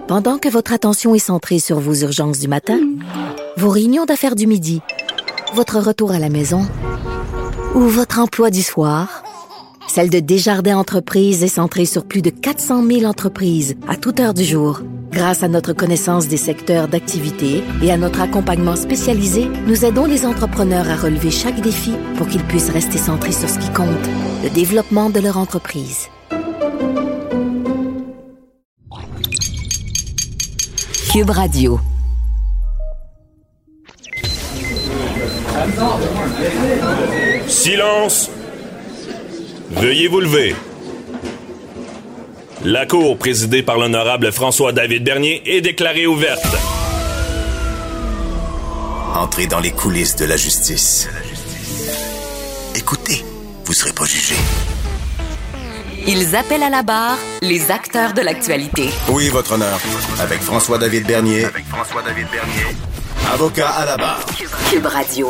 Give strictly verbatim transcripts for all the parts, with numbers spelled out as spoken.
Pendant que votre attention est centrée sur vos urgences du matin, vos réunions d'affaires du midi, votre retour à la maison ou votre emploi du soir, celle de Desjardins Entreprises est centrée sur plus de quatre cent mille entreprises à toute heure du jour. Grâce à notre connaissance des secteurs d'activité et à notre accompagnement spécialisé, nous aidons les entrepreneurs à relever chaque défi pour qu'ils puissent rester centrés sur ce qui compte, le développement de leur entreprise. Cube Radio. Silence! Veuillez vous lever. La cour présidée par l'honorable François-David Bernier est déclarée ouverte. Entrez dans les coulisses de la justice. Écoutez, vous serez pas jugé. Ils appellent à la barre les acteurs de l'actualité. Oui, votre honneur. Avec François-David Bernier. Avec François-David Bernier. Avocat à la barre. Cube Radio.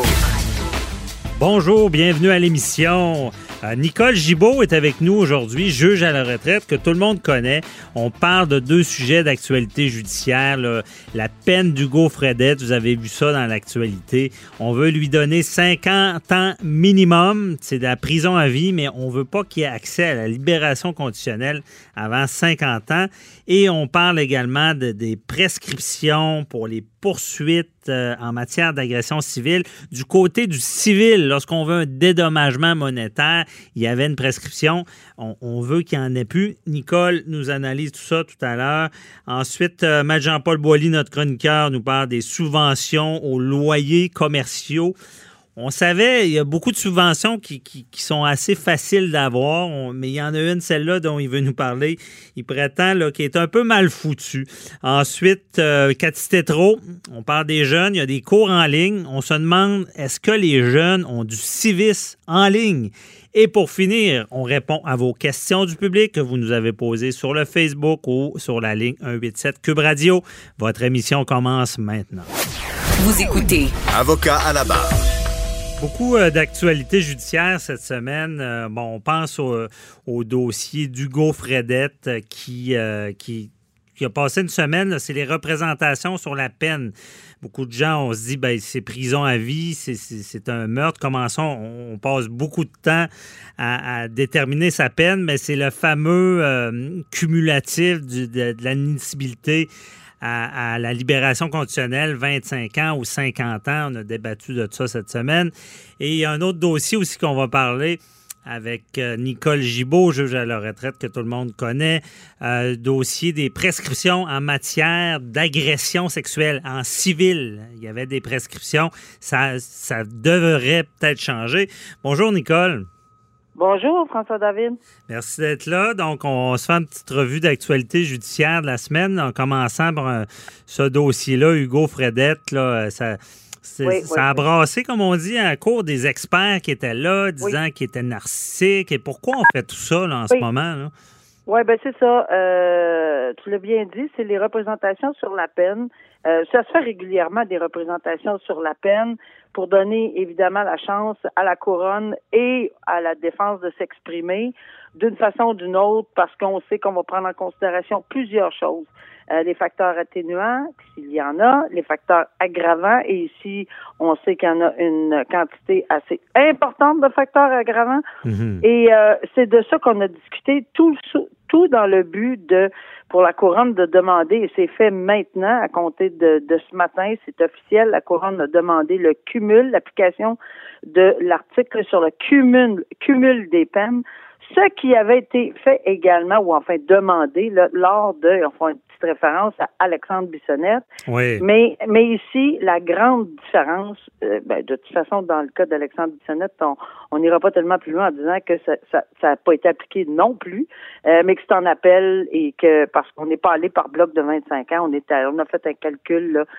Bonjour, bienvenue à l'émission. Euh, Nicole Gibault est avec nous aujourd'hui, juge à la retraite que tout le monde connaît. On parle de deux sujets d'actualité judiciaire. Là. La peine d'Hugo Fredette, vous avez vu ça dans l'actualité. On veut lui donner cinquante ans minimum. C'est de la prison à vie, mais on veut pas qu'il ait accès à la libération conditionnelle avant cinquante ans. Et on parle également de, des prescriptions pour les poursuites euh, en matière d'agression civile. Du côté du civil, lorsqu'on veut un dédommagement monétaire, il y avait une prescription. On, on veut qu'il n'y en ait plus. Nicole nous analyse tout ça tout à l'heure. Ensuite, euh, Maître Jean-Paul Boilly, notre chroniqueur, nous parle des subventions aux loyers commerciaux. On savait, il y a beaucoup de subventions qui, qui, qui sont assez faciles d'avoir, on, mais il y en a une, celle-là, dont il veut nous parler. Il prétend là, qu'elle est un peu mal foutue. Ensuite, euh, Cathy Tétrault, on parle des jeunes, il y a des cours en ligne. On se demande, est-ce que les jeunes ont du civisme en ligne? Et pour finir, on répond à vos questions du public que vous nous avez posées sur le Facebook ou sur la ligne un huit sept Cube Radio. Votre émission commence maintenant. Vous écoutez Avocat à la barre. Beaucoup euh, d'actualités judiciaires cette semaine. Euh, bon, on pense au, au dossier d'Hugo Fredette euh, qui, euh, qui, qui a passé une semaine. Là, c'est les représentations sur la peine. Beaucoup de gens, on se dit, ben c'est prison à vie, c'est, c'est, c'est un meurtre. Commençons, on, on passe beaucoup de temps à, à déterminer sa peine, mais c'est le fameux euh, cumulatif du, de, de l'admissibilité À, à la libération conditionnelle, vingt-cinq ans ou cinquante ans. On a débattu de ça cette semaine. Et il y a un autre dossier aussi qu'on va parler avec euh, Nicole Gibault, juge à la retraite que tout le monde connaît. Euh, dossier des prescriptions en matière d'agression sexuelle en civil. Il y avait des prescriptions. Ça, ça devrait peut-être changer. Bonjour, Nicole. Bonjour, François-David. Merci d'être là. Donc, on se fait une petite revue d'actualité judiciaire de la semaine, en commençant par euh, ce dossier-là, Hugo Fredette. Là, ça, c'est, oui, ça oui, a oui. brassé, comme on dit, à court des experts qui étaient là, disant oui. qu'il était narcissique. Et pourquoi on fait tout ça là, en oui. ce moment? Là? Oui, bien, c'est ça. Euh, tu l'as bien dit, c'est les représentations sur la peine. Euh, ça se fait régulièrement, des représentations sur la peine, pour donner évidemment la chance à la couronne et à la défense de s'exprimer d'une façon ou d'une autre, parce qu'on sait qu'on va prendre en considération plusieurs choses. Euh, les facteurs atténuants, s'il y en a, les facteurs aggravants, et ici, on sait qu'il y en a une quantité assez importante de facteurs aggravants. Mm-hmm. Et euh, c'est de ça qu'on a discuté, tout, tout dans le but de, pour la couronne de demander, et c'est fait maintenant, à compter de, de ce matin, c'est officiel, la couronne a demandé le cumul, l'application de l'article sur le cumul, cumul des peines, ce qui avait été fait également, ou enfin demandé, là, lors de, enfin, une petite référence à Alexandre Bissonnette. Oui. Mais, mais ici, la grande différence, euh, ben, de toute façon, dans le cas d'Alexandre Bissonnette, on n'ira pas tellement plus loin en disant que ça ça, ça n'a pas été appliqué non plus, euh, mais que c'est en appel et que, parce qu'on n'est pas allé par bloc de vingt-cinq ans, on est à, on a fait un calcul, là,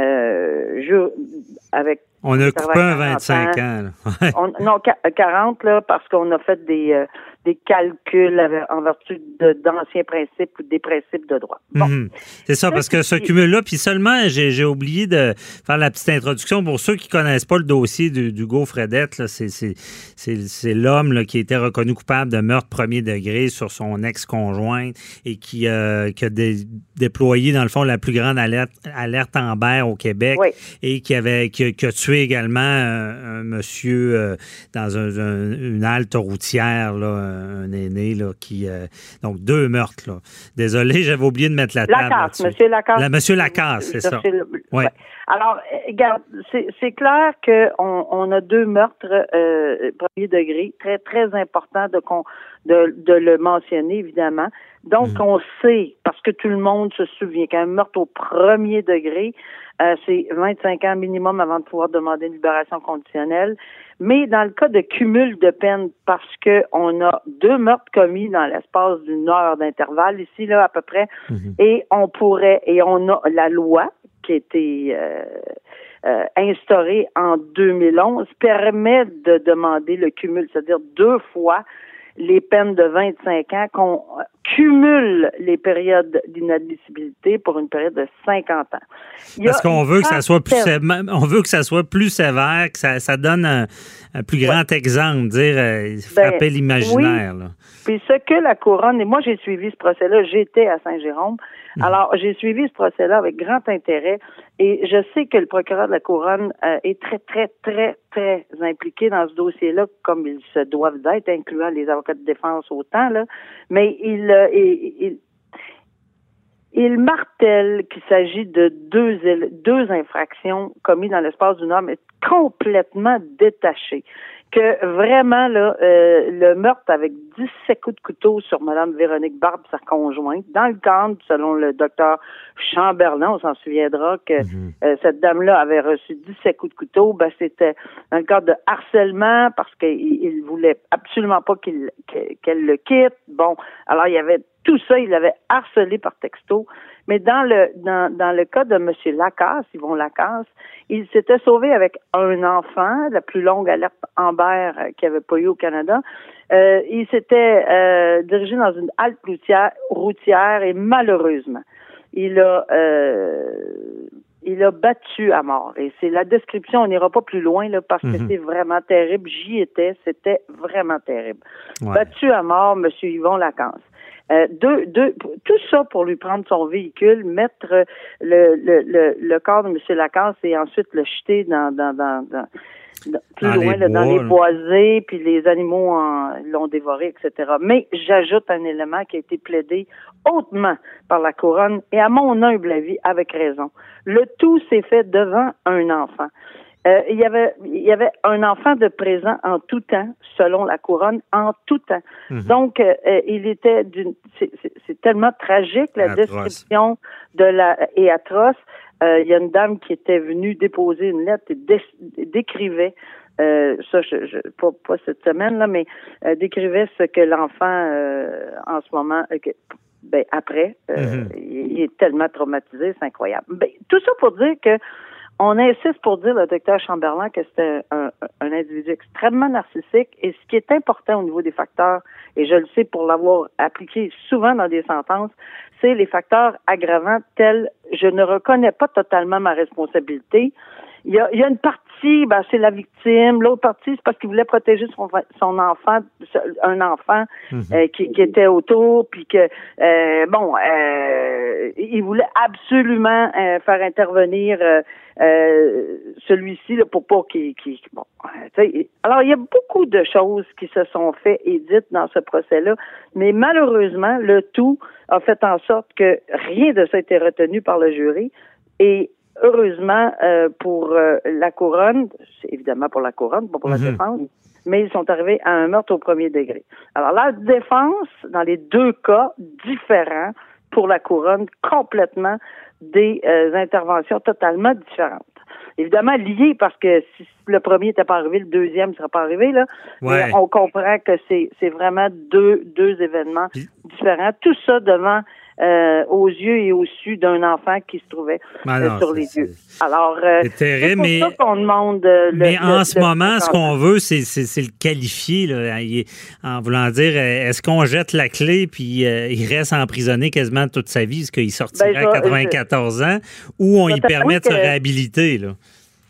euh, je, avec On a coupé un vingt-cinq ans. ans on, non, quarante, là, parce qu'on a fait des, euh, des calculs en vertu de, d'anciens principes ou des principes de droit. Bon. Mm-hmm. C'est ça, parce que ce cumul-là, puis seulement, j'ai, j'ai oublié de faire la petite introduction pour ceux qui ne connaissent pas le dossier d'Hugo Fredette. Là, c'est, c'est, c'est, c'est l'homme là, qui a été reconnu coupable de meurtre premier degré sur son ex-conjointe et qui, euh, qui a dé, déployé, dans le fond, la plus grande alerte, alerte Amber au Québec oui. et qui, avait, qui, qui a tué également un, un monsieur euh, dans un, un, une halte routière, là, un aîné, là, qui... Euh, donc, deux meurtres, là. Désolé, j'avais oublié de mettre la table Lacasse, là-dessus. Monsieur Lacasse. La, Monsieur Lacasse, c'est ça. Le, ouais. Alors, regarde, c'est, c'est clair qu'on on a deux meurtres euh, premier degré, très, très important de, de, de le mentionner, évidemment. Donc, mmh. on sait, parce que tout le monde se souvient qu'un meurtre au premier degré, euh, c'est vingt-cinq ans minimum avant de pouvoir demander une libération conditionnelle. Mais dans le cas de cumul de peine, parce que on a deux meurtres commis dans l'espace d'une heure d'intervalle, ici, là, à peu près, mmh. et on pourrait, et on a la loi qui a été euh, euh, instaurée en deux mille onze, permet de demander le cumul, c'est-à-dire deux fois les peines de vingt-cinq ans, qu'on cumule les périodes d'inadmissibilité pour une période de cinquante ans. Parce qu'on veut que ça soit plus sévère, on veut que ça soit plus sévère, que ça, ça donne un, un plus grand ouais. exemple, dire euh, frapper ben, l'imaginaire. Oui. Là. Puis ce que la couronne, et moi j'ai suivi ce procès-là, j'étais à Saint-Jérôme, mmh. alors j'ai suivi ce procès-là avec grand intérêt et je sais que le procureur de la couronne euh, est très, très, très, très impliqué dans ce dossier-là, comme ils se doivent d'être, incluant les avocats de défense autant, là, mais il, euh, il, il Il martèle qu'il s'agit de deux, deux infractions commises dans l'espace d'une heure, mais complètement détachées. Que vraiment, là, euh, le meurtre avec dix-sept coups de couteau sur Mme Véronique Barbe, sa conjointe, dans le cadre, selon le docteur Chamberlain, on s'en souviendra que mm-hmm. euh, cette dame-là avait reçu dix-sept coups de couteau, ben c'était dans le cadre de harcèlement parce qu'il il voulait absolument pas qu'il, qu'elle le quitte. Bon, alors il y avait tout ça, il l'avait harcelé par texto. Mais dans le dans, dans le cas de M. Lacasse, Yvon Lacasse, il s'était sauvé avec un enfant, la plus longue alerte Amber euh, qu'il n'y avait pas eu au Canada. Euh, il s'était euh, dirigé dans une halte routière, routière et malheureusement, il a euh, il a battu à mort. Et c'est la description, on n'ira pas plus loin là parce mm-hmm. que c'est vraiment terrible. J'y étais, c'était vraiment terrible. Ouais. Battu à mort, M. Yvon Lacasse. Euh, deux, deux, tout ça pour lui prendre son véhicule, mettre le, le, le, le corps de M. Lacasse et ensuite le jeter dans, dans, dans, dans, dans plus dans loin, les là, bois, dans les boisés, puis les animaux en, l'ont dévoré, et cetera. Mais j'ajoute un élément qui a été plaidé hautement par la couronne et à mon humble avis, avec raison. Le tout s'est fait devant un enfant. Euh, il y avait il y avait un enfant de présent en tout temps, selon la couronne, en tout temps. Mm-hmm. Donc, euh, il était d'une c'est, c'est, c'est tellement tragique, la atroce. Description de la et atroce. Euh, il y a une dame qui était venue déposer une lettre et dé, décrivait euh, ça, je, je pas, pas cette semaine là, mais euh, décrivait ce que l'enfant euh, en ce moment euh, que, ben après, euh, mm-hmm. il, il est tellement traumatisé, c'est incroyable. Ben, tout ça pour dire que on insiste pour dire, le docteur Chamberlain, que c'était un, un individu extrêmement narcissique et ce qui est important au niveau des facteurs, et je le sais pour l'avoir appliqué souvent dans des sentences, c'est les facteurs aggravants tels « je ne reconnais pas totalement ma responsabilité ». Il y a, il y a une partie, ben, c'est la victime. L'autre partie, c'est parce qu'il voulait protéger son, son enfant, un enfant mm-hmm. euh, qui, qui était autour, puis que, euh, bon, euh, il voulait absolument euh, faire intervenir euh, euh, celui-ci là, pour pas qu'il... qu'il bon, t'sais, alors, il y a beaucoup de choses qui se sont faites et dites dans ce procès-là, mais malheureusement, le tout a fait en sorte que rien de ça a été retenu par le jury et heureusement, euh, pour euh, la couronne, c'est évidemment pour la couronne, pas pour mm-hmm. la défense, mais ils sont arrivés à un meurtre au premier degré. Alors, la défense, dans les deux cas différents, pour la couronne, complètement des euh, interventions totalement différentes. Évidemment liées parce que si le premier n'était pas arrivé, le deuxième ne sera pas arrivé, là. Ouais. Mais on comprend que c'est, c'est vraiment deux, deux événements différents. Tout ça devant Euh, aux yeux et au su d'un enfant qui se trouvait ah non, euh, sur les yeux. Alors, euh, c'est terrible, c'est pour mais, ça qu'on demande... Euh, le, mais en le, ce le, moment, le ce qu'on veut, c'est, c'est, c'est le qualifier, là, en voulant dire, est-ce qu'on jette la clé puis euh, il reste emprisonné quasiment toute sa vie, est-ce qu'il sortira ben, je, à quatre-vingt-quatorze je, ans, ou on lui permet de se réhabiliter, là?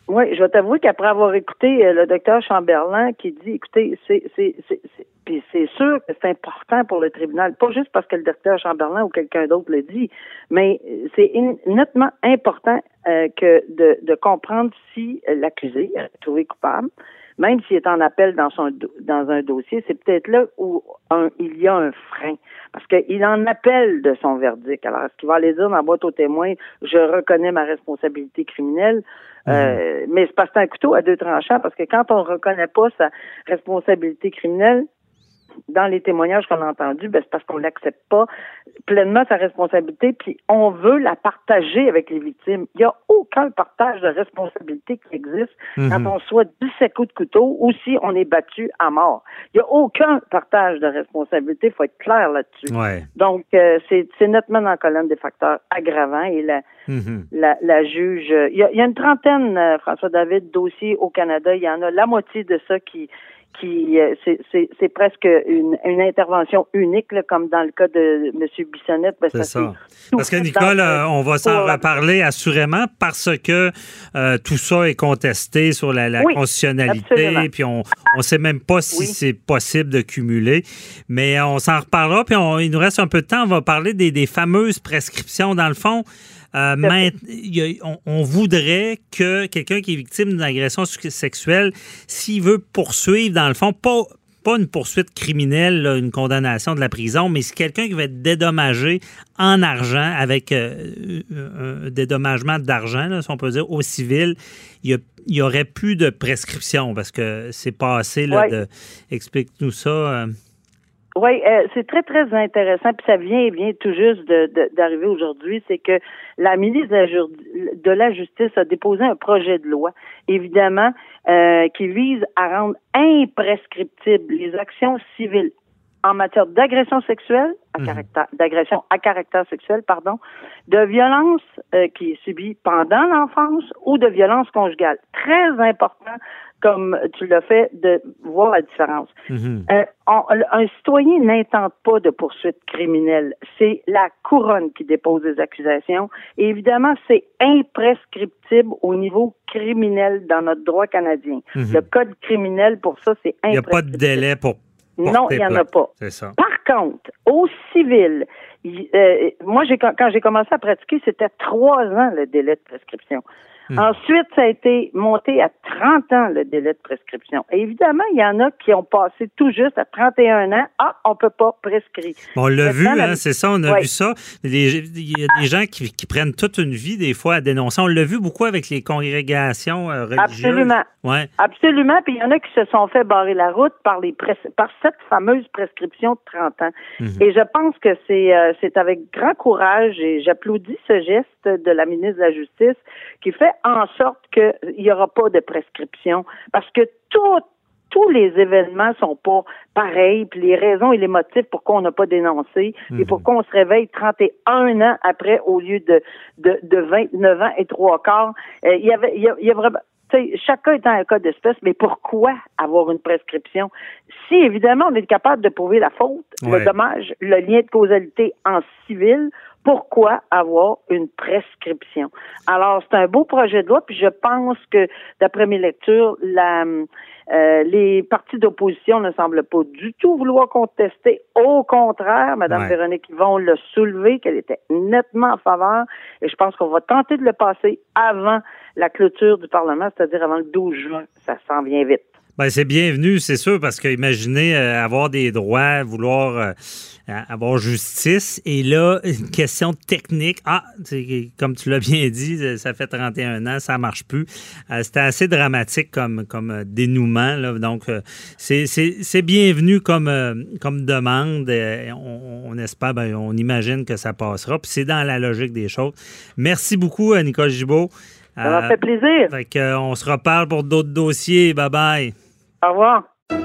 Oui, je vais t'avouer qu'après avoir écouté euh, le docteur Chamberlain qui dit, écoutez, c'est, c'est, c'est, c'est puis c'est sûr que c'est important pour le tribunal, pas juste parce que le docteur Chamberlain ou quelqu'un d'autre le dit, mais c'est in, nettement important euh, que de, de comprendre si l'accusé est trouvé coupable, même s'il est en appel dans son dans un dossier, c'est peut-être là où un, il y a un frein. Parce qu'il en appelle de son verdict. Alors, est-ce qu'il va aller dire dans la boîte aux témoins, je reconnais ma responsabilité criminelle? Mmh. Euh, mais c'est parce que c'est un couteau à deux tranchants, parce que quand on ne reconnaît pas sa responsabilité criminelle, dans les témoignages qu'on a entendus, ben c'est parce qu'on l'accepte pas pleinement sa responsabilité, puis on veut la partager avec les victimes. Il n'y a aucun partage de responsabilité qui existe mm-hmm. quand on soit dix-sept coups de couteau ou si on est battu à mort. Il n'y a aucun partage de responsabilité, il faut être clair là-dessus. Ouais. Donc, euh, c'est, c'est nettement dans la colonne des facteurs aggravants et la, mm-hmm. la, la juge... Il y a, il y a une trentaine, euh, François David, dossiers au Canada. Il y en a la moitié de ça qui... qui c'est, c'est, c'est presque une, une intervention unique, là, comme dans le cas de M. Bissonnette. Ben, c'est ça. ça. Parce que, Nicole, euh, on va s'en reparler assurément parce que euh, tout ça est contesté sur la, la oui, constitutionnalité, puis on ne sait même pas si oui. c'est possible de cumuler. Mais on s'en reparlera, puis on, il nous reste un peu de temps. On va parler des, des fameuses prescriptions. Dans le fond, Euh, main, y a, on, on voudrait que quelqu'un qui est victime d'une agression sexuelle, s'il veut poursuivre, dans le fond, pas, pas une poursuite criminelle, là, une condamnation de la prison, mais c'est quelqu'un qui va être dédommagé en argent, avec euh, un dédommagement d'argent, là, si on peut dire, au civil, il y a il y aurait plus de prescription, parce que c'est passé, là, ouais. de... Explique-nous ça. Euh... Oui, euh, c'est très, très intéressant, puis ça vient vient tout juste de, de, d'arriver aujourd'hui, c'est que la ministre de la, de la Justice a déposé un projet de loi, évidemment, euh, qui vise à rendre imprescriptibles les actions civiles en matière d'agression sexuelle, à mmh. caractère, d'agression à caractère sexuel, pardon, de violence euh, qui est subie pendant l'enfance ou de violence conjugale. Très important, comme tu l'as fait, de voir la différence. Mmh. Euh, on, un citoyen n'intente pas de poursuite criminelle. C'est la couronne qui dépose des accusations. Et évidemment, c'est imprescriptible au niveau criminel dans notre droit canadien. Mmh. Le code criminel, pour ça, c'est imprescriptible. Il n'y a pas de délai pour Non, il n'y en a pas. C'est ça. Par contre, au civil, il, euh, moi, j'ai, quand j'ai commencé à pratiquer, c'était trois ans le délai de prescription. Hum. Ensuite, ça a été monté à trente ans, le délai de prescription. Et évidemment, il y en a qui ont passé tout juste à trente et un ans. Ah, on peut pas prescrire. On l'a vu, hein, la... c'est ça, on a oui. vu ça. Les, il y a des gens qui, qui prennent toute une vie, des fois, à dénoncer. On l'a vu beaucoup avec les congrégations euh, religieuses. Absolument. Ouais. Absolument. Puis il y en a qui se sont fait barrer la route par les pres... par cette fameuse prescription de trente ans. Mm-hmm. Et je pense que c'est, euh, c'est avec grand courage, et j'applaudis ce geste de la ministre de la Justice qui fait en sorte qu'il n'y aura pas de prescription, parce que tout, tous les événements sont pas pareils, puis les raisons et les motifs pourquoi on n'a pas dénoncé, mmh. et pourquoi on se réveille trente et un ans après au lieu de, de, de vingt-neuf ans et trois quarts. Euh, il y avait, il y a, il y a vraiment... Chacun étant un cas d'espèce, mais pourquoi avoir une prescription? Si, évidemment, on est capable de prouver la faute, ouais. le dommage, le lien de causalité en civil, pourquoi avoir une prescription? Alors, c'est un beau projet de loi, puis je pense que, d'après mes lectures, la, euh, les partis d'opposition ne semblent pas du tout vouloir contester. Au contraire, Mme ouais. Véronique Yvon l'a soulevé, qu'elle était nettement en faveur, et je pense qu'on va tenter de le passer avant la clôture du Parlement, c'est-à-dire avant le douze juin. Ça s'en vient vite. Ben c'est bienvenu, c'est sûr, parce que imaginez euh, avoir des droits, vouloir euh, avoir justice, et là, une question technique. Ah, c'est, comme tu l'as bien dit, ça fait trente et un ans, ça marche plus. Euh, c'était assez dramatique comme, comme dénouement, là, donc euh, c'est, c'est, c'est bienvenu comme, euh, comme demande. Euh, on, on espère, ben, on imagine que ça passera, puis c'est dans la logique des choses. Merci beaucoup, Nicole Gibault. Ça m'a euh, fait plaisir. Fait que, euh, on se reparle pour d'autres dossiers. Bye-bye. Au revoir.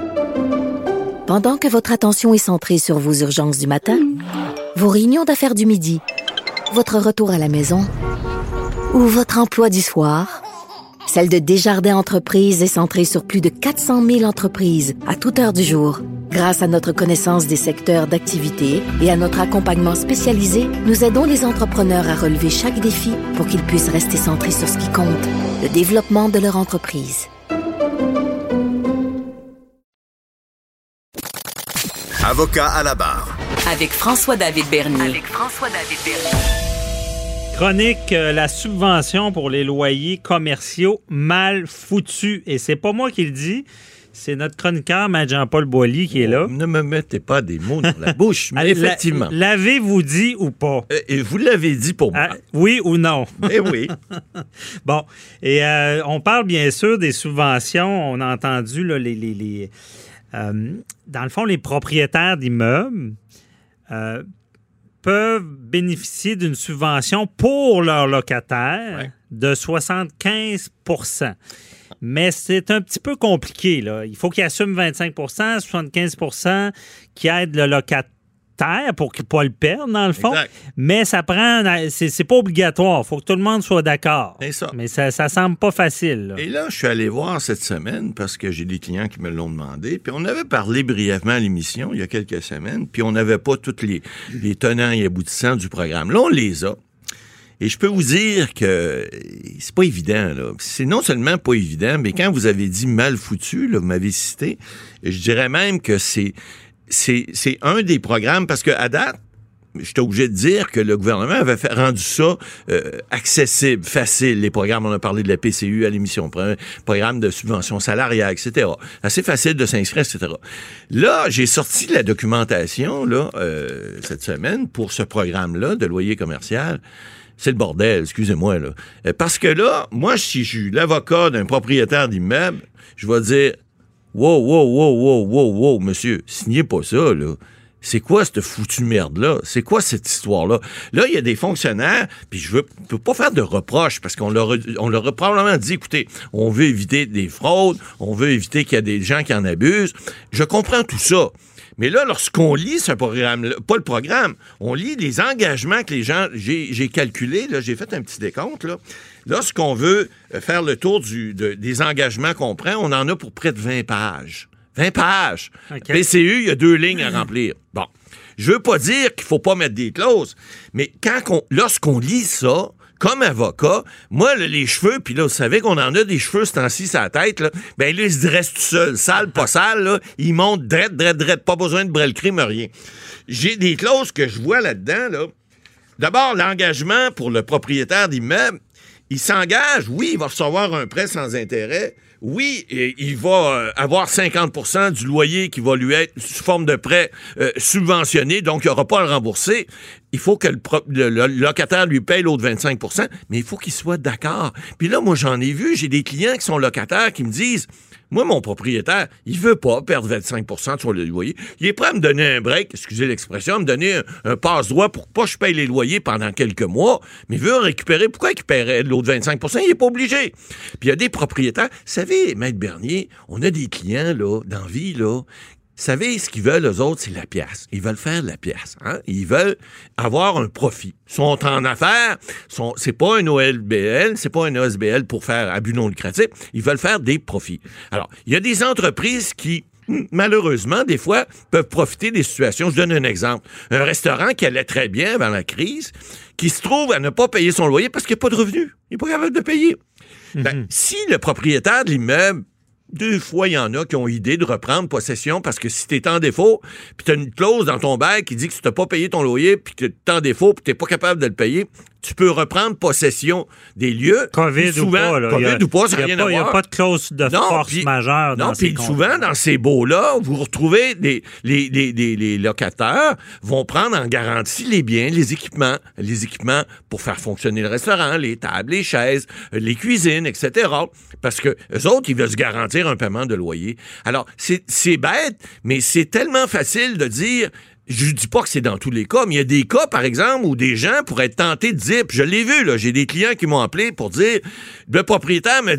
Pendant que votre attention est centrée sur vos urgences du matin, vos réunions d'affaires du midi, votre retour à la maison ou votre emploi du soir, Celle de Desjardins Entreprises est centrée sur plus de quatre cent mille entreprises à toute heure du jour. Grâce à notre connaissance des secteurs d'activité et à notre accompagnement spécialisé, nous aidons les entrepreneurs à relever chaque défi pour qu'ils puissent rester centrés sur ce qui compte, le développement de leur entreprise. Avocat à la barre. Avec François-David Bernier. Avec François-David Bernier. Chronique, euh, la subvention pour les loyers commerciaux mal foutus. Et c'est pas moi qui le dis, c'est notre chroniqueur, M. Jean-Paul Boilly, qui est là. Ne me mettez pas des mots dans la bouche, mais effectivement. La, l'avez-vous dit ou pas? Euh, et vous l'avez dit pour moi. Ah, oui ou non? Eh oui. Bon, et euh, on parle bien sûr des subventions. On a entendu là, les... les, les euh, dans le fond, les propriétaires d'immeubles... Euh, peuvent bénéficier d'une subvention pour leurs locataires ouais. de soixante-quinze pour cent. Mais c'est un petit peu compliqué, là. Il faut qu'ils assument vingt-cinq pour cent, soixante-quinze pour cent qui aident le locataire pour qu'il ne pas le perdre, dans le fond. Exact. Mais ça prend... C'est, c'est pas obligatoire. Il faut que tout le monde soit d'accord. C'est ça. Mais ça, ça semble pas facile. Là. Et là, je suis allé voir cette semaine parce que j'ai des clients qui me l'ont demandé. Puis on avait parlé brièvement à l'émission il y a quelques semaines. Puis on n'avait pas tous les, les tenants et aboutissants du programme. Là, on les a. Et je peux vous dire que c'est pas évident, là. C'est non seulement pas évident, mais quand vous avez dit mal foutu, là, vous m'avez cité, je dirais même que c'est C'est, c'est un des programmes, parce qu'à date, j'étais obligé de dire que le gouvernement avait fait, rendu ça euh, accessible, facile, les programmes. On a parlé de la P C U à l'émission, programme de subvention salariale, et cetera. Assez facile de s'inscrire, et cetera. Là, j'ai sorti la documentation là euh, cette semaine pour ce programme-là de loyer commercial. C'est le bordel, excusez-moi, là. Parce que là, moi, si je suis l'avocat d'un propriétaire d'immeuble, je vais dire... Wow, wow, wow, wow, wow, wow, monsieur, signez pas ça, là. C'est quoi cette foutue merde-là? C'est quoi cette histoire-là? Là, il y a des fonctionnaires, puis je veux, peux pas faire de reproches, parce qu'on leur, a, on leur a probablement dit, écoutez, on veut éviter des fraudes, on veut éviter qu'il y ait des gens qui en abusent. Je comprends tout ça. Mais là, lorsqu'on lit ce programme, pas le programme, on lit les engagements que les gens... J'ai, j'ai calculé, là, j'ai fait un petit décompte, là. Lorsqu'on veut faire le tour du, de, des engagements qu'on prend, on en a pour près de vingt pages. vingt pages. Okay. P C U, il y a deux lignes à remplir. Bon. Je veux pas dire qu'il faut pas mettre des clauses, mais quand on, lorsqu'on lit ça... Comme avocat, moi, là, les cheveux, puis là, vous savez qu'on en a des cheveux ce temps-ci sur la tête, là, ben là, ils se dressent tout seuls, sale, pas sale, là, ils montent drette, drette, drette, pas besoin de brel crime, rien. J'ai des clauses que je vois là-dedans, là. D'abord, l'engagement pour le propriétaire d'immeuble, il s'engage, oui, il va recevoir un prêt sans intérêt, oui, il va avoir cinquante pour cent du loyer qui va lui être sous forme de prêt euh, subventionné, donc il n'aura pas à le rembourser. Il faut que le, pro- le, le locataire lui paye l'autre vingt-cinq pour cent, mais il faut qu'il soit d'accord. Puis là, moi, j'en ai vu, j'ai des clients qui sont locataires qui me disent... Moi, mon propriétaire, il veut pas perdre vingt-cinq pour cent sur le loyer. Il est prêt à me donner un break, excusez l'expression, à me donner un, un passe-droit pour pas que je paye les loyers pendant quelques mois, mais il veut récupérer. Pourquoi il récupérerait l'autre vingt-cinq pour cent? Il est pas obligé. Puis il y a des propriétaires. Vous savez, Maître Bernier, on a des clients, là, dans la vie, là, vous savez, ce qu'ils veulent, eux autres, c'est la pièce. Ils veulent faire de la pièce. Hein? Ils veulent avoir un profit. Ils sont en affaires. Sont, c'est pas un O L B L, c'est pas un O S B L pour faire abus non lucratif. Ils veulent faire des profits. Alors, il y a des entreprises qui, malheureusement, des fois, peuvent profiter des situations. Je donne un exemple. Un restaurant qui allait très bien avant la crise, qui se trouve à ne pas payer son loyer parce qu'il n'y a pas de revenus. Il n'est pas capable de payer. Mm-hmm. Ben, si le propriétaire de l'immeuble, deux fois, il y en a qui ont idée de reprendre possession parce que si t'es en défaut, puis t'as une clause dans ton bail qui dit que si t'as pas payé ton loyer, puis que t'es en défaut, puis t'es pas capable de le payer, tu peux reprendre possession des lieux. COVID souvent, ou pas. Là. COVID a, ou pas, ça n'a rien à voir. Il n'y a pas de clause de non, force pis, majeure dans non, ces puis souvent, dans ces baux-là, vous retrouvez des, les, les, les, les locataires vont prendre en garantie les biens, les équipements, les équipements pour faire fonctionner le restaurant, les tables, les chaises, les cuisines, et cetera. Parce que eux autres, ils veulent se garantir un paiement de loyer. Alors, c'est, c'est bête, mais c'est tellement facile de dire... Je dis pas que c'est dans tous les cas, mais il y a des cas, par exemple, où des gens pourraient être tentés de dire, puis je l'ai vu, là, j'ai des clients qui m'ont appelé pour dire, le propriétaire me dit,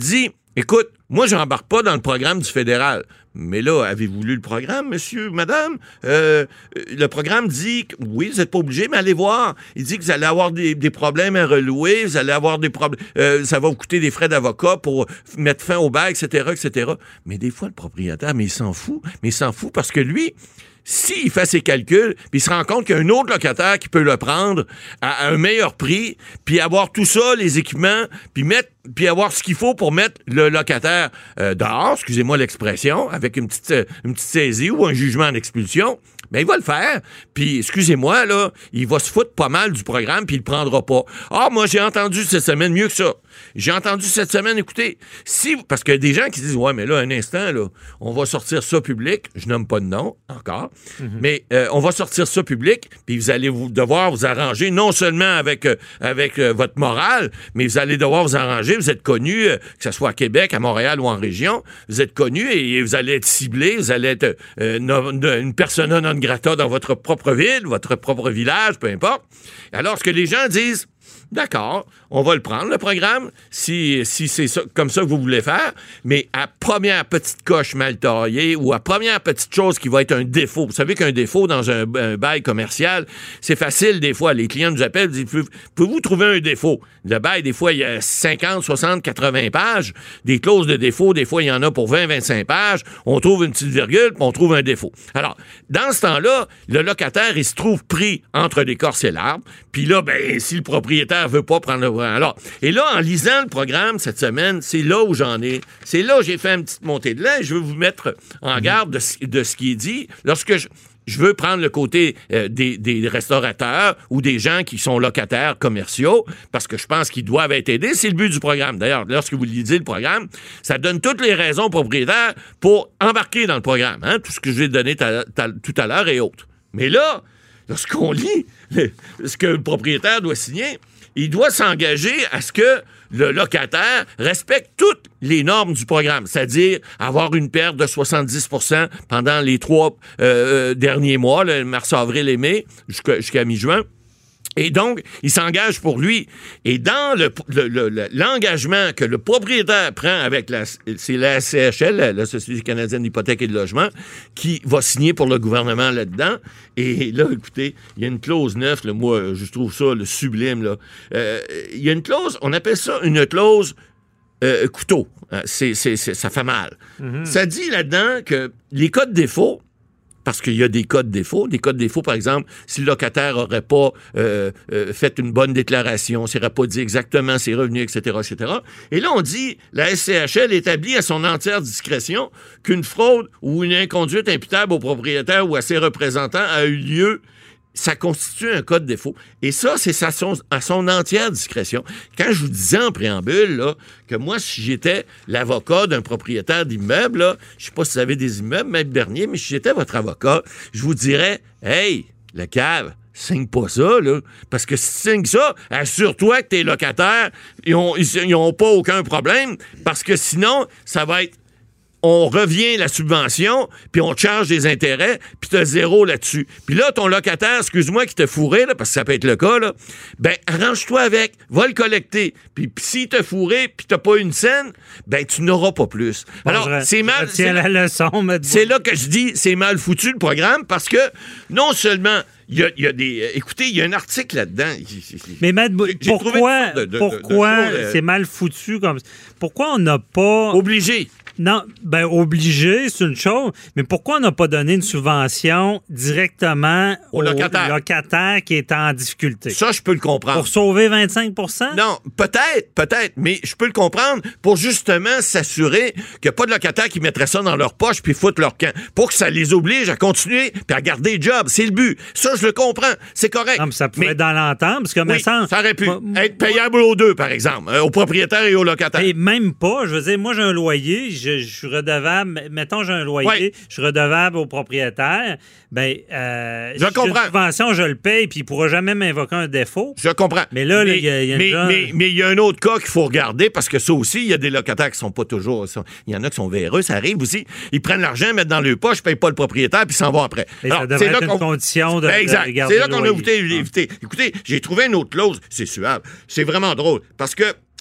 écoute, moi, j'embarque pas dans le programme du fédéral. Mais là, avez-vous lu le programme, monsieur, madame? Euh, le programme dit que, oui, vous n'êtes pas obligé, mais allez voir. Il dit que vous allez avoir des, des problèmes à relouer, vous allez avoir des problèmes, euh, ça va vous coûter des frais d'avocat pour mettre fin au bail, et cetera, et cetera. Mais des fois, le propriétaire, mais il s'en fout. Mais il s'en fout parce que lui, s'il fait ses calculs, puis il se rend compte qu'il y a un autre locataire qui peut le prendre à un meilleur prix, puis avoir tout ça, les équipements, puis mettre, puis avoir ce qu'il faut pour mettre le locataire euh, dehors, excusez-moi l'expression, avec une petite, euh, une petite saisie ou un jugement d'expulsion, ben il va le faire. Puis, excusez-moi, là, il va se foutre pas mal du programme, puis il le prendra pas. Ah, moi, j'ai entendu cette semaine mieux que ça. J'ai entendu cette semaine, écoutez, si, parce qu'il y a des gens qui disent, ouais, mais là, un instant, là, on va sortir ça public, je nomme pas de nom, encore, mm-hmm. mais euh, on va sortir ça public, puis vous allez vous, devoir vous arranger, non seulement avec, euh, avec euh, votre morale, mais vous allez devoir vous arranger, vous êtes connu, euh, que ce soit à Québec, à Montréal ou en région, vous êtes connu et, et vous allez être ciblé, vous allez être euh, no, no, une persona non grata dans votre propre ville, votre propre village, peu importe. Alors, ce que les gens disent, d'accord, on va le prendre, le programme, si, si c'est ça, comme ça que vous voulez faire, mais à première petite coche mal taillée ou à première petite chose qui va être un défaut. Vous savez qu'un défaut dans un, un bail commercial, c'est facile des fois. Les clients nous appellent, disent, pouvez-vous trouver un défaut? Le bail, des fois, il y a cinquante, soixante, quatre-vingts pages. Des clauses de défaut, des fois, il y en a pour vingt, vingt-cinq pages. On trouve une petite virgule, puis on trouve un défaut. Alors, dans ce temps-là, le locataire, il se trouve pris entre l'écorce et l'arbre. Puis là, ben, si le propriétaire veut pas prendre le... Alors, et là, en lisant le programme cette semaine, c'est là où j'en ai. C'est là où j'ai fait une petite montée de lait. Je veux vous mettre en garde de ce, de ce qui est dit. Lorsque je... Je veux prendre le côté euh, des, des restaurateurs ou des gens qui sont locataires commerciaux parce que je pense qu'ils doivent être aidés. C'est le but du programme. D'ailleurs, lorsque vous lisez le programme, ça donne toutes les raisons aux propriétaires pour embarquer dans le programme. Hein? Tout ce que je vais donner ta, ta, tout à l'heure et autres. Mais là, lorsqu'on lit le, ce que le propriétaire doit signer, il doit s'engager à ce que le locataire respecte toutes les normes du programme, c'est-à-dire avoir une perte de soixante-dix pour cent pendant les trois euh, derniers mois, le mars, avril et mai, jusqu'à, jusqu'à mi-juin. Et donc, il s'engage pour lui. Et dans le, le, le, l'engagement que le propriétaire prend avec la, c'est la S C H L, la, la Société canadienne d'hypothèque et de logement, qui va signer pour le gouvernement là-dedans. Et là, écoutez, il y a une clause neuf, là, moi, je trouve ça le sublime, là. Euh, il y a une clause, on appelle ça une clause euh, couteau. C'est, c'est, c'est, ça fait mal. Mm-hmm. Ça dit là-dedans que les cas de défaut, parce qu'il y a des cas de défaut. Des cas de défaut, par exemple, si le locataire n'aurait pas euh, euh, fait une bonne déclaration, s'il n'aurait pas dit exactement ses revenus, et cetera, et cetera. Et là, on dit, la S C H L établit à son entière discrétion qu'une fraude ou une inconduite imputable au propriétaire ou à ses représentants a eu lieu. Ça constitue un cas de défaut. Et ça, c'est à son, à son entière discrétion. Quand je vous disais en préambule là, que moi, si j'étais l'avocat d'un propriétaire d'immeuble, là, je sais pas si vous avez des immeubles, même dernier, mais si j'étais votre avocat, je vous dirais, hey, le cave, signe pas ça, là. Parce que si tu signes ça, assure-toi que tes locataires, ils ont, ils ont pas aucun problème, parce que sinon, ça va être on revient la subvention, puis on te charge des intérêts, puis t'as zéro là-dessus. Puis là, ton locataire, excuse-moi, qui t'a fourré, là, parce que ça peut être le cas, là, ben, arrange-toi avec, va le collecter. Puis, puis s'il t'a fourré, puis t'as pas une scène, ben, tu n'auras pas plus. Alors, bon, je, c'est mal... Je tiens la leçon, c'est là que je dis, c'est mal foutu, le programme, parce que non seulement... Il y, a, il y a des... Écoutez, il y a un article là-dedans. Mais Matt, pourquoi, de, de, pourquoi de, de, de c'est mal foutu comme ça? Pourquoi on n'a pas... Obligé. Non, ben obligé, c'est une chose, mais pourquoi on n'a pas donné une subvention directement au, au locataire. locataire qui est en difficulté? Ça, je peux le comprendre. Pour sauver vingt-cinq pour cent? Non, peut-être, peut-être, mais je peux le comprendre pour justement s'assurer qu'il n'y a pas de locataires qui mettraient ça dans leur poche puis foutent leur camp. Pour que ça les oblige à continuer puis à garder le job. C'est le but. Ça, je le comprends. C'est correct. Non, mais ça pourrait mais, être dans l'entente, parce que oui, ça, ça aurait pu moi, être payable aux deux, par exemple, euh, aux propriétaires et aux locataires. Et même pas. Je veux dire, moi, j'ai un loyer, je, je suis redevable. Mettons, j'ai un loyer, oui. Je suis redevable au propriétaire. Ben, euh, je comprends. Une subvention, je le paye, puis il ne pourra jamais m'invoquer un défaut. Je comprends. Mais là, il y a, y a mais, une mais, mais il y a un autre cas qu'il faut regarder, parce que ça aussi, il y a des locataires qui sont pas toujours... Il y en a qui sont véreux, ça arrive aussi. Ils prennent l'argent, mettent dans leur poche, ne payent pas le propriétaire, puis s'en vont après. Mais Alors, ça devrait être une condition de, ben exact. de garder c'est là le qu'on loyer. a évité, évité. Écoutez, j'ai trouvé une autre clause, c'est suave. C'est vraiment drôle, parce que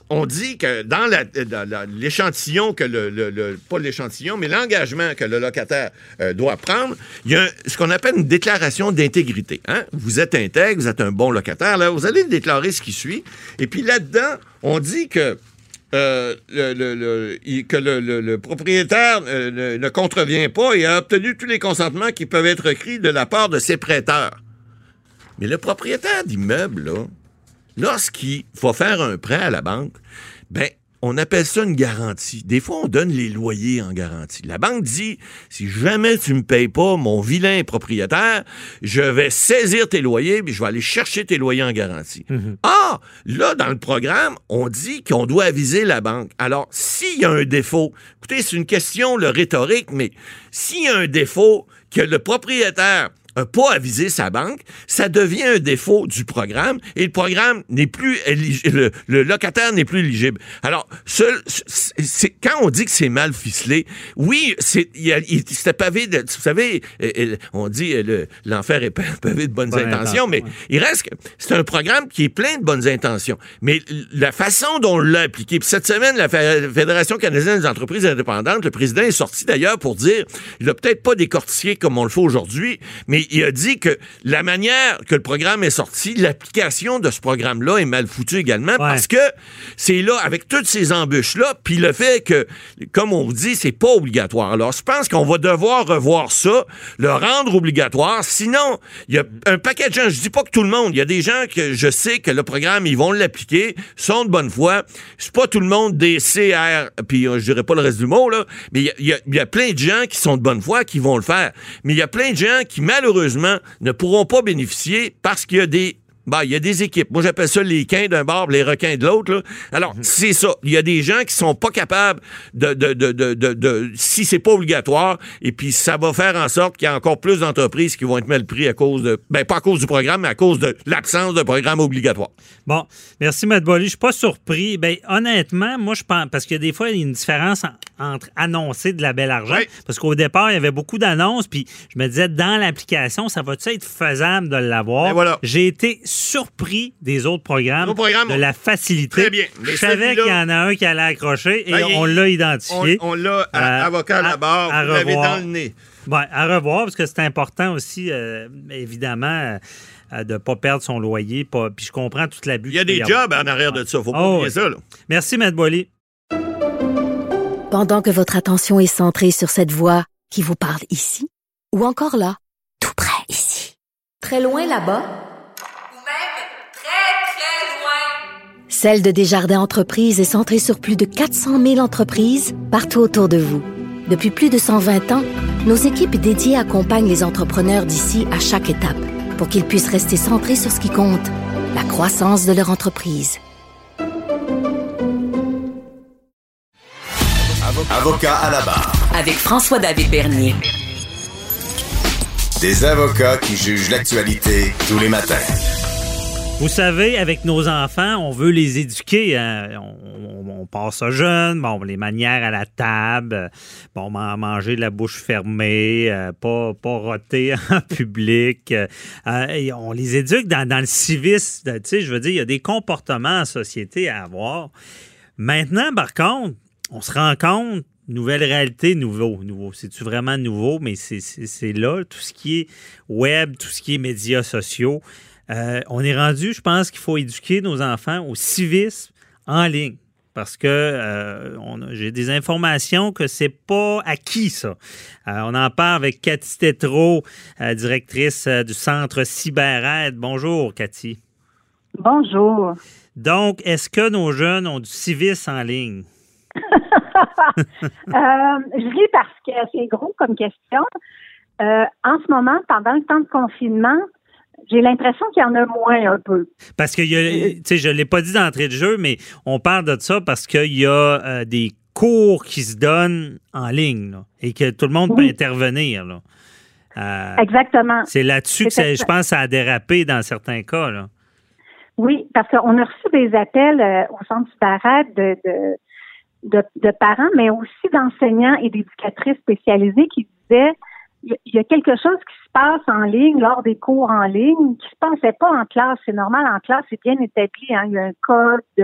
on dit que dans, la, dans la, l'échantillon que le, le, le pas l'échantillon, mais l'engagement que le locataire euh, doit prendre, il y a un, ce qu'on appelle une déclaration d'intégrité. Hein? Vous êtes intègre, vous êtes un bon locataire, là, vous allez déclarer ce qui suit. Et puis là-dedans, on dit que Euh, le, le, le, que le, le, le propriétaire euh, ne, ne contrevient pas et a obtenu tous les consentements qui peuvent être requis de la part de ses prêteurs. Mais le propriétaire d'immeuble, là, lorsqu'il va faire un prêt à la banque, ben, on appelle ça une garantie. Des fois, on donne les loyers en garantie. La banque dit, si jamais tu me payes pas, mon vilain propriétaire, je vais saisir tes loyers puis je vais aller chercher tes loyers en garantie. Mm-hmm. Ah, là, dans le programme, on dit qu'on doit aviser la banque. Alors, s'il y a un défaut, écoutez, c'est une question le rhétorique, mais s'il y a un défaut que le propriétaire n'a pas avisé sa banque, ça devient un défaut du programme et le programme n'est plus éligible, le, le locataire n'est plus éligible. Alors, ce, c'est, quand on dit que c'est mal ficelé, oui, c'est, il, il, c'était pavé de, vous savez, on dit le, l'enfer est pavé de bonnes Bonne intentions, mais ouais. il reste que c'est un programme qui est plein de bonnes intentions. Mais la façon dont on l'a appliqué, puis cette semaine, la Fédération canadienne des entreprises indépendantes, le président est sorti d'ailleurs pour dire, il n'a peut-être pas décortiqué comme on le fait aujourd'hui, mais il a dit que la manière que le programme est sorti, l'application de ce programme-là est mal foutue également ouais. parce que c'est là, avec toutes ces embûches-là, puis le fait que, comme on vous dit, c'est pas obligatoire. Alors, je pense qu'on va devoir revoir ça, le rendre obligatoire. Sinon, il y a un paquet de gens, je dis pas que tout le monde, il y a des gens que je sais que le programme, ils vont l'appliquer, sont de bonne foi. C'est pas tout le monde des C R, puis je dirais pas le reste du mot, là, mais il y a, il y a, il y a plein de gens qui sont de bonne foi qui vont le faire. Mais il y a plein de gens qui, malheureusement, Malheureusement, ne pourront pas bénéficier parce qu'il y a des ben, il y a des équipes. Moi, j'appelle ça les quins d'un bord, les requins de l'autre. Là. Alors, mm-hmm. c'est ça. Il y a des gens qui sont pas capables de, de, de, de, de, de si c'est pas obligatoire, et puis ça va faire en sorte qu'il y a encore plus d'entreprises qui vont être mal pris à cause de, ben pas à cause du programme, mais à cause de l'absence de programme obligatoire. Bon, merci, Matt Boily. Je suis pas surpris. Ben, honnêtement, moi, je pense, parce qu'il y a des fois, il y a une différence en, entre annoncer de la belle argent, oui. parce qu'au départ, il y avait beaucoup d'annonces, puis je me disais, dans l'application, ça va-tu être faisable de l'avoir? Voilà. J'ai été surpris des autres programmes, programmes de la facilité. Très bien. Mais je savais qu'il y en a un qui allait accrocher et ben, on l'a identifié. On, on l'a, à, euh, avocat à la barre, à, à vous l'avez dans le nez. Ben, à revoir, parce que c'est important aussi, euh, évidemment, euh, de ne pas perdre son loyer. Pas, puis je comprends toute la butte. Il y a des jobs en arrière de ça. Il ne faut pas oh, oublier ça. Là. Merci, Matt Boily. Pendant que votre attention est centrée sur cette voix qui vous parle ici, ou encore là, tout près ici, très loin là-bas, Celle de Desjardins Entreprises est centrée sur plus de quatre cent mille entreprises partout autour de vous. Depuis plus de cent vingt ans, nos équipes dédiées accompagnent les entrepreneurs d'ici à chaque étape pour qu'ils puissent rester centrés sur ce qui compte, la croissance de leur entreprise. Avocat à la barre. Avec François-David Bernier. Des avocats qui jugent l'actualité tous les matins. Vous savez, avec nos enfants, on veut les éduquer. Hein? On, on, on passe à jeune, bon, les manières à la table, bon, manger de la bouche fermée, euh, pas, pas roter en public. Euh, et on les éduque dans, dans le civisme. Tu sais, je veux dire, il y a des comportements en société à avoir. Maintenant, par contre, on se rend compte, nouvelle réalité, nouveau. nouveau. C'est-tu vraiment nouveau? Mais c'est, c'est, c'est là, tout ce qui est web, tout ce qui est médias sociaux. Euh, on est rendu, je pense qu'il faut éduquer nos enfants au civisme en ligne. Parce que euh, on a, j'ai des informations que c'est pas acquis, ça. Euh, on en parle avec Cathy Tétrault, euh, directrice euh, du Centre CyberAide. Bonjour, Cathy. Bonjour. Donc, est-ce que nos jeunes ont du civisme en ligne? euh, je ris parce que c'est gros comme question. Euh, en ce moment, pendant le temps de confinement, j'ai l'impression qu'il y en a moins un peu. Parce que, tu sais, je ne l'ai pas dit d'entrée de jeu, mais on parle de ça parce qu'il y a euh, des cours qui se donnent en ligne là, et que tout le monde oui. peut intervenir. Là. Euh, Exactement. C'est là-dessus c'est que ça, je pense que ça a dérapé dans certains cas. Là. Oui, parce qu'on a reçu des appels euh, au Centre CyberAide de, de, de, de parents, mais aussi d'enseignants et d'éducatrices spécialisées qui disaient il y a quelque chose qui se passe en ligne, lors des cours en ligne, qui se passait pas en classe. C'est normal, en classe, c'est bien établi. Hein? Il y a un code de,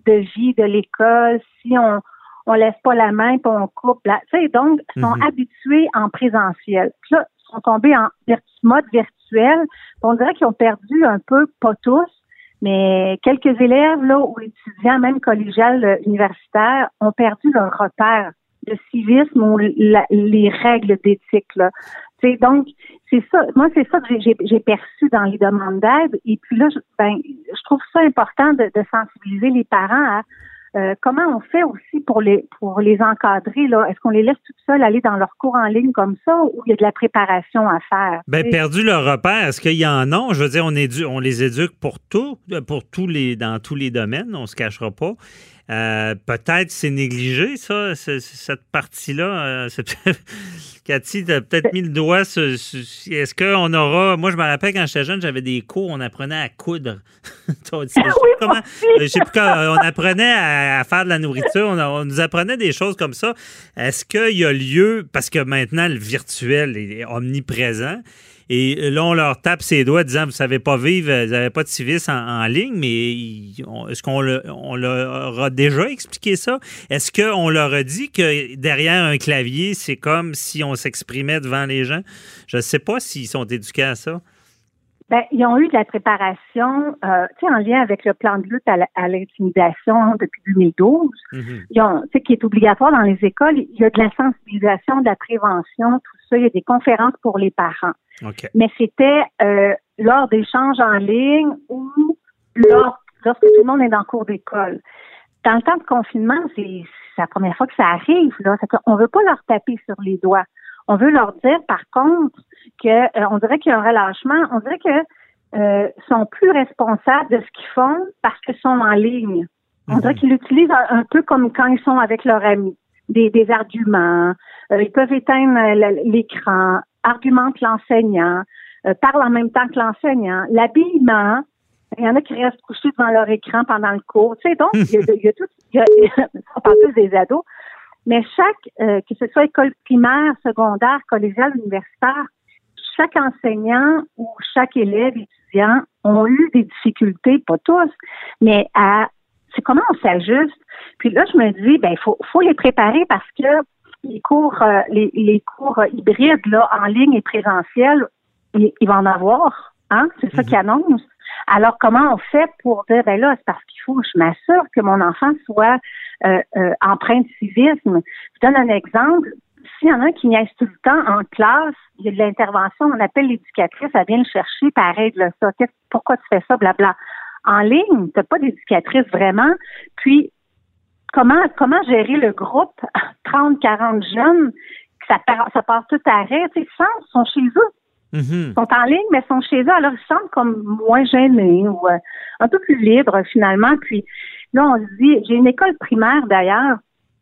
de vie de l'école, si on on laisse pas la main puis on coupe la, tu sais, donc ils sont mm-hmm. habitués en présentiel. Puis là, ils sont tombés en mode virtuel. On dirait qu'ils ont perdu un peu, pas tous, mais quelques élèves là ou étudiants, même collégiales, universitaires, ont perdu leur repère de civisme ou la, les règles d'éthique là. Tu sais, donc c'est ça. Moi, c'est ça que j'ai, j'ai, j'ai perçu dans les demandes d'aide. Et puis là, je, ben, je trouve ça important de, de sensibiliser les parents à Euh, comment on fait aussi pour les pour les encadrer là? Est-ce qu'on les laisse toutes seules aller dans leurs cours en ligne comme ça ou il y a de la préparation à faire? Ben perdu leur repère, est-ce qu'il y en a? Je veux dire, on édu- on les éduque pour tout, pour tous les dans tous les domaines, on se cachera pas. Euh, peut-être c'est négligé, ça, c'est, cette partie-là. Euh, c'est Cathy, tu as peut-être mis le doigt sur, sur... Est-ce qu'on aura... Moi, je me rappelle quand j'étais jeune, j'avais des cours, on apprenait à coudre. je sais oui, comment... Je sais plus quand on apprenait à, à faire de la nourriture, on, a, on nous apprenait des choses comme ça. Est-ce qu'il y a lieu... Parce que maintenant, le virtuel est omniprésent. Et là, on leur tape ses doigts disant, vous ne savez pas vivre, vous n'avez pas de civisme en, en ligne, mais on, est-ce qu'on le, on leur a déjà expliqué ça? Est-ce qu'on leur a dit que derrière un clavier, c'est comme si on s'exprimait devant les gens? Je ne sais pas s'ils sont éduqués à ça. Ben, ils ont eu de la préparation, euh, tu sais, en lien avec le plan de lutte à, la, à l'intimidation depuis deux mille douze, mm-hmm. ils ont, tu sais, qui est obligatoire dans les écoles. Il y a de la sensibilisation, de la prévention, tout ça. Il y a des conférences pour les parents. Okay. Mais c'était euh, lors d'échanges en ligne ou lors, lorsque tout le monde est dans le cours d'école. Dans le temps de confinement, c'est, c'est la première fois que ça arrive, là. C'est qu'on veut pas leur taper sur les doigts. On veut leur dire, par contre, que euh, on dirait qu'il y a un relâchement. On dirait que euh, sont plus responsables de ce qu'ils font parce qu'ils sont en ligne. On mm-hmm. dirait qu'ils l'utilisent un, un peu comme quand ils sont avec leurs amis. Des, des arguments. Euh, ils peuvent éteindre l'écran, argumentent l'enseignant, euh, parlent en même temps que l'enseignant. L'habillement. Il y en a qui restent couchés devant leur écran pendant le cours. Tu sais, donc, il y a, il y a tout. Il y a, on parle plus des ados. Mais chaque, euh, que ce soit école primaire, secondaire, collégiale, universitaire, chaque enseignant ou chaque élève, étudiant ont eu des difficultés, pas tous, mais à, c'est comment on s'ajuste. Puis là, je me dis, ben, il faut, faut les préparer parce que les cours, euh, les, les cours hybrides, là, en ligne et présentiels, il, il va en avoir, hein? C'est ça mm-hmm. qu'ils annoncent. Alors, comment on fait pour dire, ben là, c'est parce qu'il faut que je m'assure que mon enfant soit euh, euh, empreint de civisme. Je donne un exemple. S'il y en a un qui niaise tout le temps en classe, il y a de l'intervention, on appelle l'éducatrice, elle vient le chercher, puis elle règle ça. Pourquoi tu fais ça, blabla. En ligne, tu n'as pas d'éducatrice vraiment. Puis, comment comment gérer le groupe, trente, quarante jeunes, que ça part, ça part tout à rire, tu sais, ils sont chez eux. Mm-hmm. Ils sont en ligne, mais ils sont chez eux, alors ils se sentent comme moins gênés ou euh, un peu plus libres finalement. Puis là, on se dit, j'ai une école primaire d'ailleurs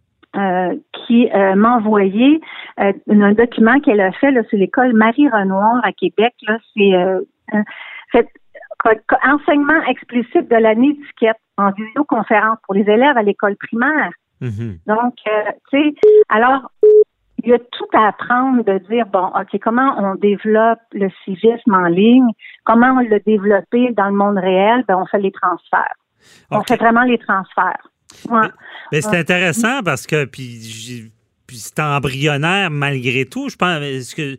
euh, qui euh, m'a envoyé euh, un document qu'elle a fait là, sur l'école Marie-Renoir à Québec. Là, c'est euh, fait, enseignement explicite de l'année étiquette en vidéoconférence pour les élèves à l'école primaire. Mm-hmm. Donc, euh, tu sais, alors il y a tout à apprendre de dire, bon, OK, comment on développe le civisme en ligne, comment on l'a développé dans le monde réel, ben on fait les transferts. Okay. On fait vraiment les transferts. Ouais. Mais, mais c'est intéressant parce que, puis, puis c'est embryonnaire malgré tout. Je pense que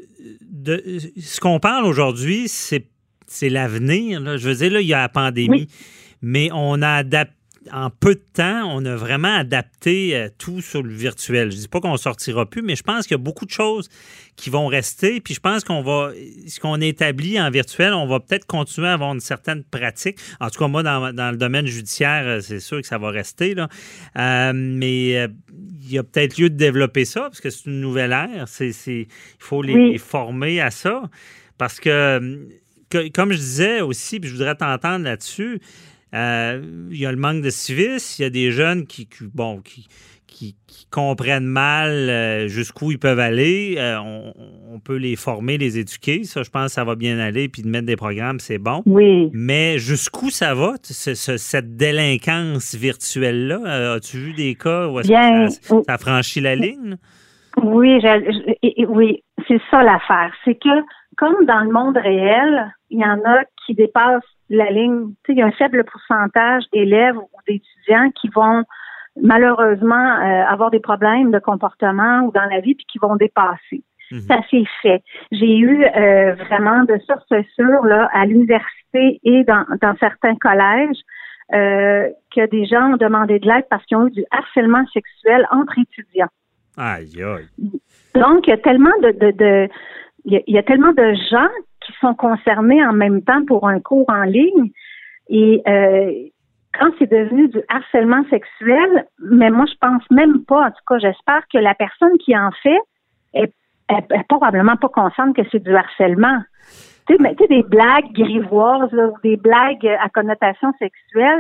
de, ce qu'on parle aujourd'hui, c'est, c'est l'avenir. Là. Je veux dire, là, il y a la pandémie, oui. mais on a adapté. En peu de temps, on a vraiment adapté euh, tout sur le virtuel. Je ne dis pas qu'on ne sortira plus, mais je pense qu'il y a beaucoup de choses qui vont rester. Puis je pense qu'on va, ce qu'on établit en virtuel, on va peut-être continuer à avoir une certaine pratique. En tout cas, moi, dans, dans le domaine judiciaire, c'est sûr que ça va rester, là. Euh, mais euh, il y a peut-être lieu de développer ça, parce que c'est une nouvelle ère. C'est, c'est, il faut les, oui. les former à ça. Parce que, que, comme je disais aussi, puis je voudrais t'entendre là-dessus, Euh, il y a le manque de civisme, il y a des jeunes qui, qui bon, qui, qui, qui comprennent mal euh, jusqu'où ils peuvent aller. Euh, on, on peut les former, les éduquer. Ça, je pense que ça va bien aller. Puis de mettre des programmes, c'est bon. Oui. Mais jusqu'où ça va, ce, ce, cette délinquance virtuelle-là? Euh, as-tu vu des cas où est-ce bien, que ça, ça a franchi la ligne? Oui, je, je, oui, c'est ça l'affaire. C'est que comme dans le monde réel, il y en a qui dépassent la ligne. Tu sais, il y a un faible pourcentage d'élèves ou d'étudiants qui vont malheureusement euh, avoir des problèmes de comportement ou dans la vie puis qui vont dépasser. Mmh. Ça s'est fait. J'ai eu euh, vraiment de sources sûres là, à l'université et dans, dans certains collèges euh, que des gens ont demandé de l'aide parce qu'ils ont eu du harcèlement sexuel entre étudiants. Aïe, aïe. Donc, il y a tellement de, de, de il, y a, il y a tellement de gens qui sont concernés en même temps pour un cours en ligne et euh, quand c'est devenu du harcèlement sexuel, mais moi je pense même pas, en tout cas j'espère que la personne qui en fait est, est, est probablement pas consciente que c'est du harcèlement. Tu sais, mais tu sais, des blagues grivoises là, ou des blagues à connotation sexuelle,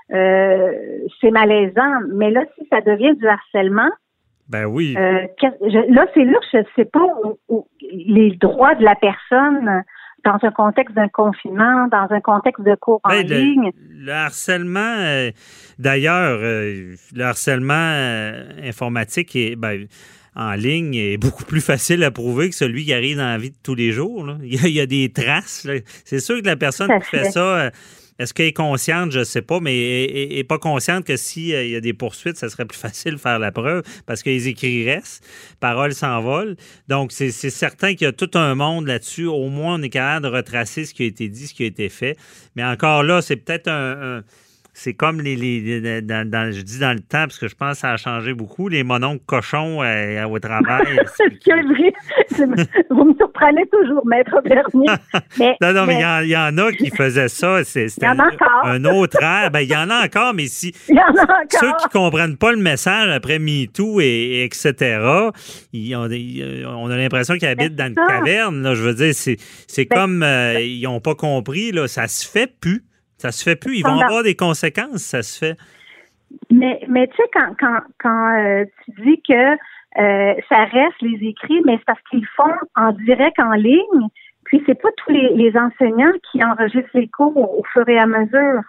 euh, c'est malaisant. Mais là, si ça devient du harcèlement, ben oui. Euh, je, là, c'est là que je ne sais pas où, où les droits de la personne dans un contexte d'un confinement, dans un contexte de cours en ben, le, ligne. Le harcèlement, euh, d'ailleurs, euh, le harcèlement euh, informatique est, ben, en ligne est beaucoup plus facile à prouver que celui qui arrive dans la vie de tous les jours. Là. Il, y a, il y a des traces. Là. C'est sûr que la personne qui fait, fait ça... Euh, est-ce qu'elle est consciente? Je ne sais pas, mais elle n'est pas consciente que s'il euh, y a des poursuites, ça serait plus facile de faire la preuve parce que les écrits restent, paroles s'envolent. Donc, c'est, c'est certain qu'il y a tout un monde là-dessus. Au moins, on est capable de retracer ce qui a été dit, ce qui a été fait. Mais encore là, c'est peut-être un... un c'est comme les, les dans, dans, je dis dans le temps, parce que je pense que ça a changé beaucoup, les mononcles cochons euh, au travail. C'est vrai. Vous me surprenez toujours, Maître Bernier. Mais, non, non, mais il mais... y, y en a qui faisaient ça. C'est, c'était il y en a encore. Un autre air. Ben, il y en a encore, mais si il y en a encore. Ceux qui ne comprennent pas le message après MeToo et, et etc., ils ont, ils, on a l'impression qu'ils habitent dans une caverne. Là, je veux dire, c'est, c'est ben, comme euh, ils n'ont pas compris. Là, ça se fait plus. Ça se fait plus. Ils vont avoir des conséquences, ça se fait. Mais, mais tu sais, quand, quand, quand euh, tu dis que euh, ça reste les écrits, mais c'est parce qu'ils font en direct en ligne, puis c'est pas tous les, les enseignants qui enregistrent les cours au, au fur et à mesure.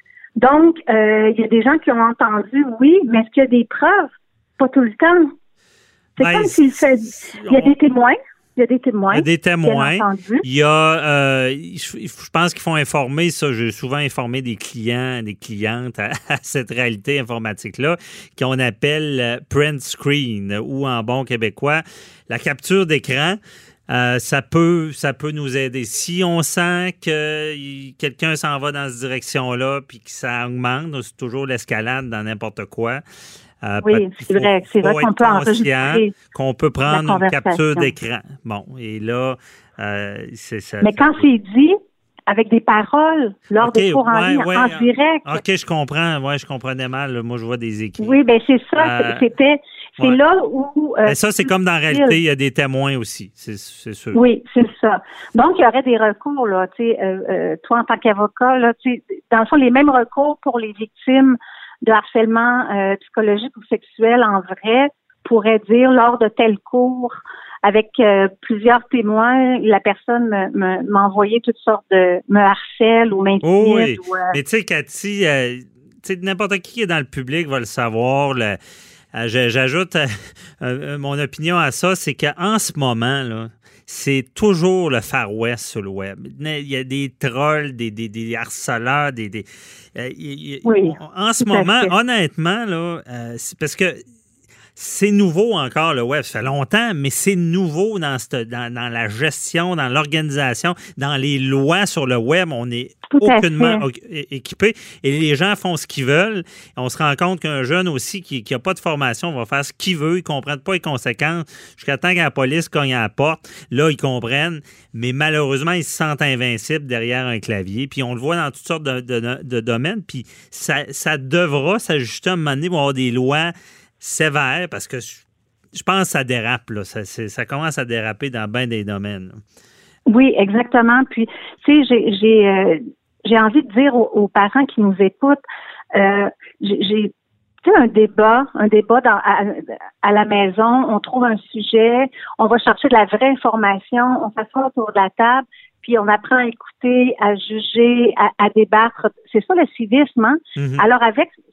Donc, euh, il y a des gens qui ont entendu, oui, mais est-ce qu'il y a des preuves? Pas tout le temps. C'est ben, comme s'il fait... Il y a des témoins. Il y a des témoins. Il y a des témoins. Il y a, euh, je, je pense qu'il faut informer ça. J'ai souvent informé des clients, des clientes à, à cette réalité informatique-là, qu'on appelle print screen ou en bon québécois, la capture d'écran. Euh, ça peut, ça peut nous aider. Si on sent que quelqu'un s'en va dans cette direction-là, puis que ça augmente, c'est toujours l'escalade dans n'importe quoi. Euh, oui, c'est faut, vrai. C'est vrai qu'on peut enregistrer qu'on peut prendre une capture d'écran. Bon, et là, euh, c'est ça. Mais quand c'est dit avec des paroles lors okay, des cours en ouais, ligne, ouais, en direct. OK, je comprends. Ouais, je comprenais mal. Moi, je vois des écrits. Oui, bien, c'est ça. Euh, c'était... C'est ouais. là où... Euh, Mais ça, c'est comme dans la réalité, il y a des témoins aussi, c'est, c'est sûr. Oui, c'est ça. Donc, il y aurait des recours, là, tu sais, euh, euh, toi, en tant qu'avocat, là, tu sais, dans le fond, les mêmes recours pour les victimes de harcèlement euh, psychologique ou sexuel en vrai pourrait dire lors de tel cours avec euh, plusieurs témoins, la personne me, me, m'a envoyé toutes sortes de me harcèle ou m'intimide. Oh oui. Ou, euh... Mais tu sais, Cathy, euh, tu sais, n'importe qui qui est dans le public va le savoir. Le, euh, j'ajoute euh, euh, mon opinion à ça, c'est qu'en ce moment, là, c'est toujours le Far West sur le web. Il y a des trolls, des, des, des harceleurs, des... des euh, y, y, oui, en ce moment, honnêtement, là, euh, c'est parce que c'est nouveau encore, le web. Ça fait longtemps, mais c'est nouveau dans, cette, dans, dans la gestion, dans l'organisation, dans les lois sur le web. On est Tout aucunement équipé et les gens font ce qu'ils veulent. On se rend compte qu'un jeune aussi qui n'a pas de formation va faire ce qu'il veut. Ils ne comprennent pas les conséquences jusqu'à temps que la police cogne à la porte. Là, ils comprennent, mais malheureusement, ils se sentent invincibles derrière un clavier. Puis on le voit dans toutes sortes de, de, de domaines. Puis ça, ça devra s'ajuster à un moment donné pour avoir des lois sévère, parce que je pense que ça dérape, là. Ça, c'est, ça commence à déraper dans bien des domaines. Là. Oui, exactement. Puis, tu sais, j'ai, j'ai, euh, j'ai envie de dire aux, aux parents qui nous écoutent, euh, j'ai, j'ai tu sais, un débat, un débat dans, à, à la maison, on trouve un sujet, on va chercher de la vraie information, on s'assoit autour de la table, puis on apprend à écouter, à juger, à, à débattre. C'est ça le civisme, hein? Mm-hmm. Alors avec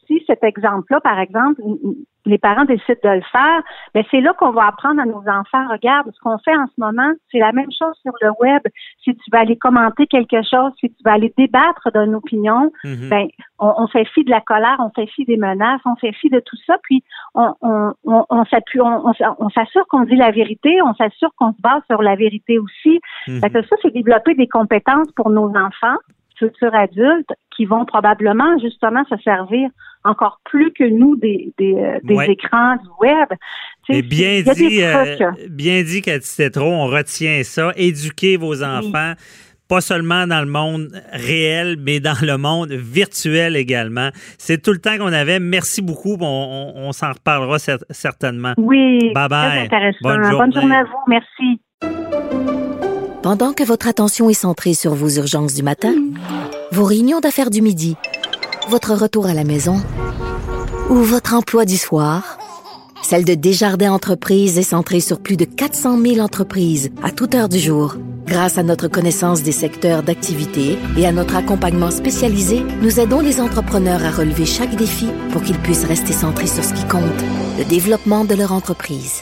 si cet exemple-là, par exemple, les parents décident de le faire, mais c'est là qu'on va apprendre à nos enfants, regarde, ce qu'on fait en ce moment, c'est la même chose sur le web. Si tu vas aller commenter quelque chose, si tu vas aller débattre d'une opinion, mm-hmm. ben on, on fait fi de la colère, on fait fi des menaces, on fait fi de tout ça, puis on, on, on, on s'appuie, on, on, on s'assure qu'on dit la vérité, on s'assure qu'on se base sur la vérité aussi. Mm-hmm. Fait que ça, c'est développer des compétences pour nos enfants, futurs adultes, qui vont probablement justement se servir encore plus que nous des, des, euh, des ouais. écrans du web. Et bien dit, euh, bien dit, Cathy Tétrault, on retient ça. Éduquez vos enfants, oui. pas seulement dans le monde réel, mais dans le monde virtuel également. C'est tout le temps qu'on avait. Merci beaucoup. On, on, on s'en reparlera cer- certainement. Oui, bye bye. Très intéressant. Bonne journée. Bonne journée à vous. Merci. Pendant que votre attention est centrée sur vos urgences du matin, vos réunions d'affaires du midi, votre retour à la maison ou votre emploi du soir, celle de Desjardins Entreprises est centrée sur plus de quatre cent mille entreprises à toute heure du jour. Grâce à notre connaissance des secteurs d'activité et à notre accompagnement spécialisé, nous aidons les entrepreneurs à relever chaque défi pour qu'ils puissent rester centrés sur ce qui compte, le développement de leur entreprise.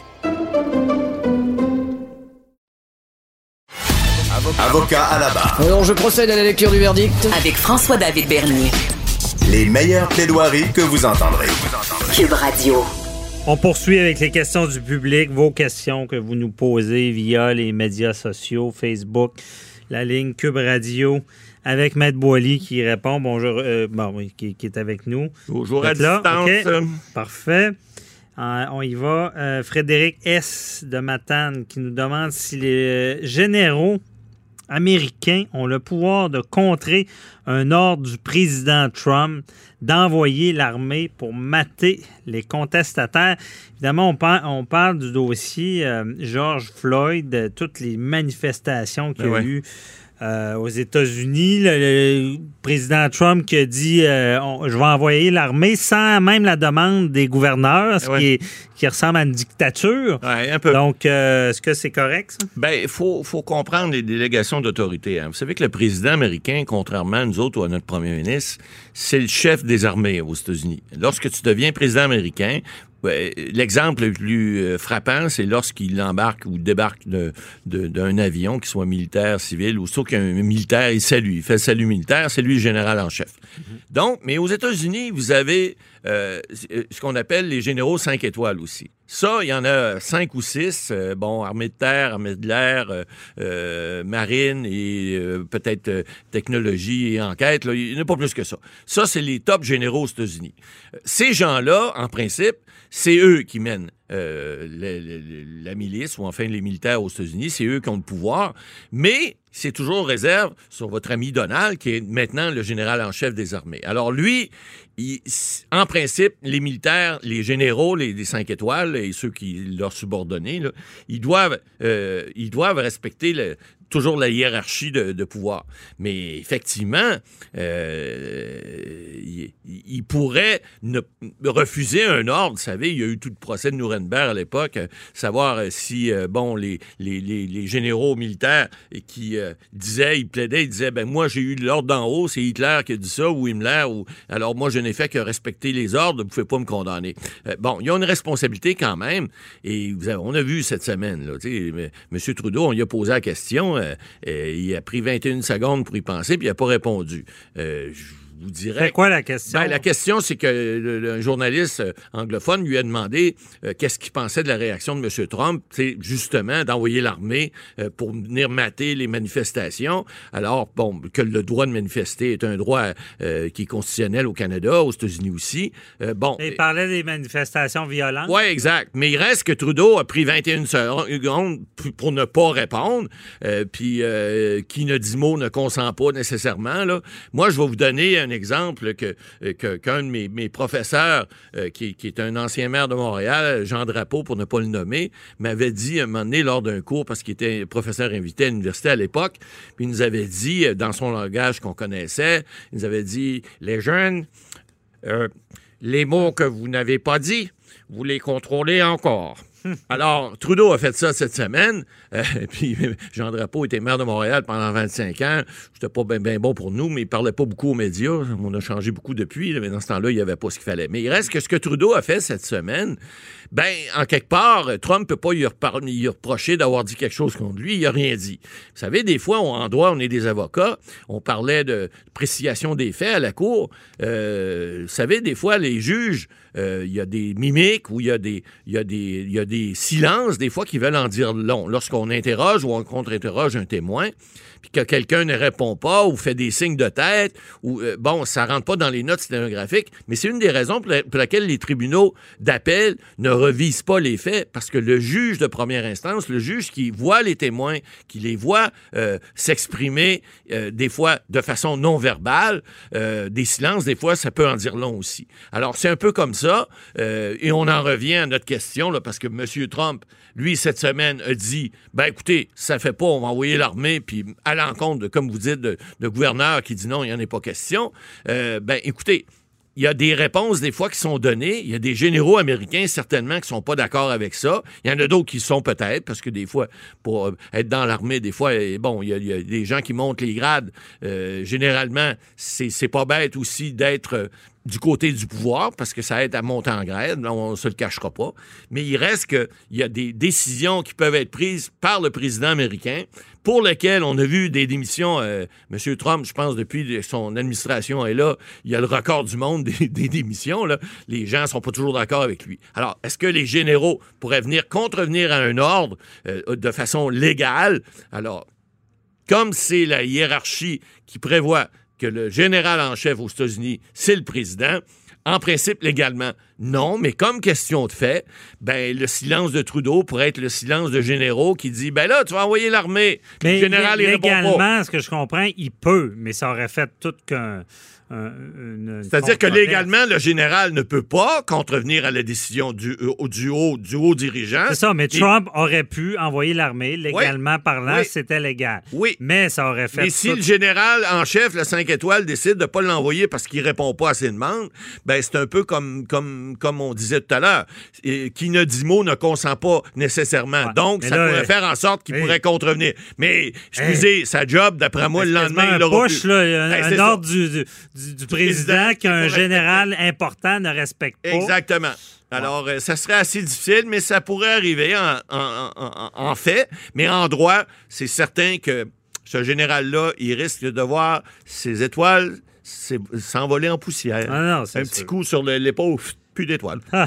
Avocat à la barre. Alors, je procède à la lecture du verdict. Avec François-David Bernier. Les meilleures plaidoiries que vous entendrez. Cube Radio. On poursuit avec les questions du public, vos questions que vous nous posez via les médias sociaux, Facebook, la ligne Cube Radio, avec Maître Boily qui répond. Bonjour, euh, bon, oui, qui, qui est avec nous. Bonjour à distance. Okay. Parfait. Euh, on y va. Euh, Frédéric S. de Matane qui nous demande si les généraux américains ont le pouvoir de contrer un ordre du président Trump d'envoyer l'armée pour mater les contestataires. Évidemment, on parle, on parle du dossier euh, George Floyd, de toutes les manifestations qu'il y a ouais. eu euh, aux États-Unis. Le, le président Trump qui a dit euh, on, je vais envoyer l'armée sans même la demande des gouverneurs, ce ouais. qui, est, qui ressemble à une dictature. Ouais, un peu. Donc, euh, est-ce que c'est correct, ça? Bien, il faut, faut comprendre les délégations d'autorité. Hein. Vous savez que le président américain, contrairement à nous autres ou à notre premier ministre, c'est le chef des armées aux États-Unis. Lorsque tu deviens président américain, ouais, l'exemple le plus frappant, c'est lorsqu'il embarque ou débarque de, de, d'un avion, qu'il soit militaire, civil, ou sauf qu'un militaire, il salue, il fait le salut militaire, c'est lui le général en chef. Mm-hmm. Donc, mais aux États-Unis, vous avez euh, ce qu'on appelle les généraux cinq étoiles aussi. Ça, il y en a cinq ou six, euh, bon, armée de terre, armée de l'air, euh, euh, marine et euh, peut-être euh, technologie et enquête, là, il n'y en a pas plus que ça. Ça, c'est les top généraux aux États-Unis. Ces gens-là, en principe, c'est eux qui mènent euh, la, la, la milice ou enfin les militaires aux États-Unis. C'est eux qui ont le pouvoir. Mais c'est toujours réserve sur votre ami Donald, qui est maintenant le général en chef des armées. Alors lui, il, en principe, les militaires, les généraux, les, les cinq étoiles et ceux qui leur subordonnés, là, ils doivent, euh, ils doivent respecter le, toujours la hiérarchie de, de pouvoir. Mais effectivement, euh, il, il pourrait ne, refuser un ordre. Vous savez, il y a eu tout le procès de Nuremberg à l'époque, euh, savoir si, euh, bon, les, les, les, les généraux militaires qui euh, disaient, ils plaidaient, ils disaient, ben moi, j'ai eu l'ordre d'en haut, c'est Hitler qui a dit ça, ou Himmler, ou alors moi, je n'ai fait que respecter les ordres, vous ne pouvez pas me condamner. Euh, bon, il y a une responsabilité quand même, et vous avez, on a vu cette semaine, là, tu sais, M. Trudeau, on lui a posé la question, euh, euh, il a pris vingt et une secondes pour y penser, puis il n'a pas répondu. Euh, je vous dirais... C'est quoi la question? Ben, la question, c'est que le, le, un journaliste euh, anglophone lui a demandé euh, qu'est-ce qu'il pensait de la réaction de M. Trump, c'est justement d'envoyer l'armée euh, pour venir mater les manifestations. Alors, bon, que le droit de manifester est un droit euh, qui est constitutionnel au Canada, aux États-Unis aussi. Euh, bon, il parlait des manifestations violentes. Oui, exact. Mais il reste que Trudeau a pris vingt et une secondes pour ne pas répondre, euh, puis euh, qui ne dit mot ne consent pas nécessairement. Là. Moi, je vais vous donner un exemple que, que qu'un de mes, mes professeurs, euh, qui, qui est un ancien maire de Montréal, Jean Drapeau, pour ne pas le nommer, m'avait dit un moment donné lors d'un cours, parce qu'il était professeur invité à l'université à l'époque, puis il nous avait dit, dans son langage qu'on connaissait, il nous avait dit, les jeunes, euh, les mots que vous n'avez pas dit, vous les contrôlez encore. Alors, Trudeau a fait ça cette semaine. Euh, puis, Jean Drapeau était maire de Montréal pendant vingt-cinq ans. C'était pas bien ben bon pour nous, mais il parlait pas beaucoup aux médias. On a changé beaucoup depuis, là, mais dans ce temps-là, il n'y avait pas ce qu'il fallait. Mais il reste que ce que Trudeau a fait cette semaine, ben, en quelque part, Trump ne peut pas lui, repar- lui reprocher d'avoir dit quelque chose contre lui. Il n'a rien dit. Vous savez, des fois, on, en droit, on est des avocats. On parlait de précision des faits à la cour. Euh, vous savez, des fois, les juges, il euh, y a des mimiques ou il y a des, y a des, y a des silences, des fois, qui veulent en dire long. Lorsqu'on interroge ou on contre-interroge un témoin, puis que quelqu'un ne répond pas ou fait des signes de tête, ou euh, bon, ça rentre pas dans les notes sténographiques, mais c'est une des raisons pour, la, pour laquelle les tribunaux d'appel ne revisent pas les faits, parce que le juge de première instance, le juge qui voit les témoins, qui les voit euh, s'exprimer, euh, des fois de façon non verbale, euh, des silences, des fois, ça peut en dire long aussi. Alors, c'est un peu comme ça, euh, et on en revient à notre question, là, parce que M. Trump, lui, cette semaine, a dit, ben écoutez, ça fait pas, on va envoyer l'armée, puis à l'encontre de, comme vous dites, de, de gouverneur qui dit non, il n'y en a pas question. Euh, ben écoutez, il y a des réponses des fois qui sont données. Il y a des généraux américains certainement qui sont pas d'accord avec ça. Il y en a d'autres qui sont peut-être, parce que des fois, pour être dans l'armée, des fois, bon, il y a, il y a des gens qui montent les grades. Euh, généralement, c'est, c'est pas bête aussi d'être euh, du côté du pouvoir, parce que ça aide à monter en grade, on ne se le cachera pas. Mais il reste qu'il y a des décisions qui peuvent être prises par le président américain, pour lesquelles on a vu des démissions. Euh, M. Trump, je pense, depuis son administration est là, il y a le record du monde des, des démissions. Là. Les gens ne sont pas toujours d'accord avec lui. Alors, est-ce que les généraux pourraient venir contrevenir à un ordre euh, de façon légale? Alors, comme c'est la hiérarchie qui prévoit que le général en chef aux États-Unis, c'est le président, en principe, légalement, non, mais comme question de fait, ben, le silence de Trudeau pourrait être le silence de généraux qui dit, ben là, tu vas envoyer l'armée. Mais le général, il répond pas. Légalement, ce que je comprends, il peut, mais ça aurait fait tout qu'un... Un, une, une C'est-à-dire que légalement, le général ne peut pas contrevenir à la décision du, euh, du, haut, du haut dirigeant. C'est ça, mais Et... Trump aurait pu envoyer l'armée, légalement oui. parlant, oui. c'était légal. Oui. Mais ça aurait fait... Mais si tout... le général en chef, le cinq étoiles, décide de ne pas l'envoyer parce qu'il ne répond pas à ses demandes, ben c'est un peu comme, comme, comme on disait tout à l'heure. Et, qui ne dit mot ne consent pas nécessairement. Ouais. Donc, mais ça là, pourrait euh... faire en sorte qu'il hey. pourrait contrevenir. Mais, excusez, hey. sa job, d'après moi, le lendemain, il l'aura push, là, un, hey, un ordre du, du, du, du président qu'un général important ne respecte pas. Exactement. Alors, ouais. euh, ça serait assez difficile, mais ça pourrait arriver en, en, en, en fait. Mais en droit, c'est certain que ce général-là, il risque de voir ses étoiles s'envoler en poussière. Ah non, c'est Un sûr. petit coup sur l'épaule, plus d'étoiles. Ah.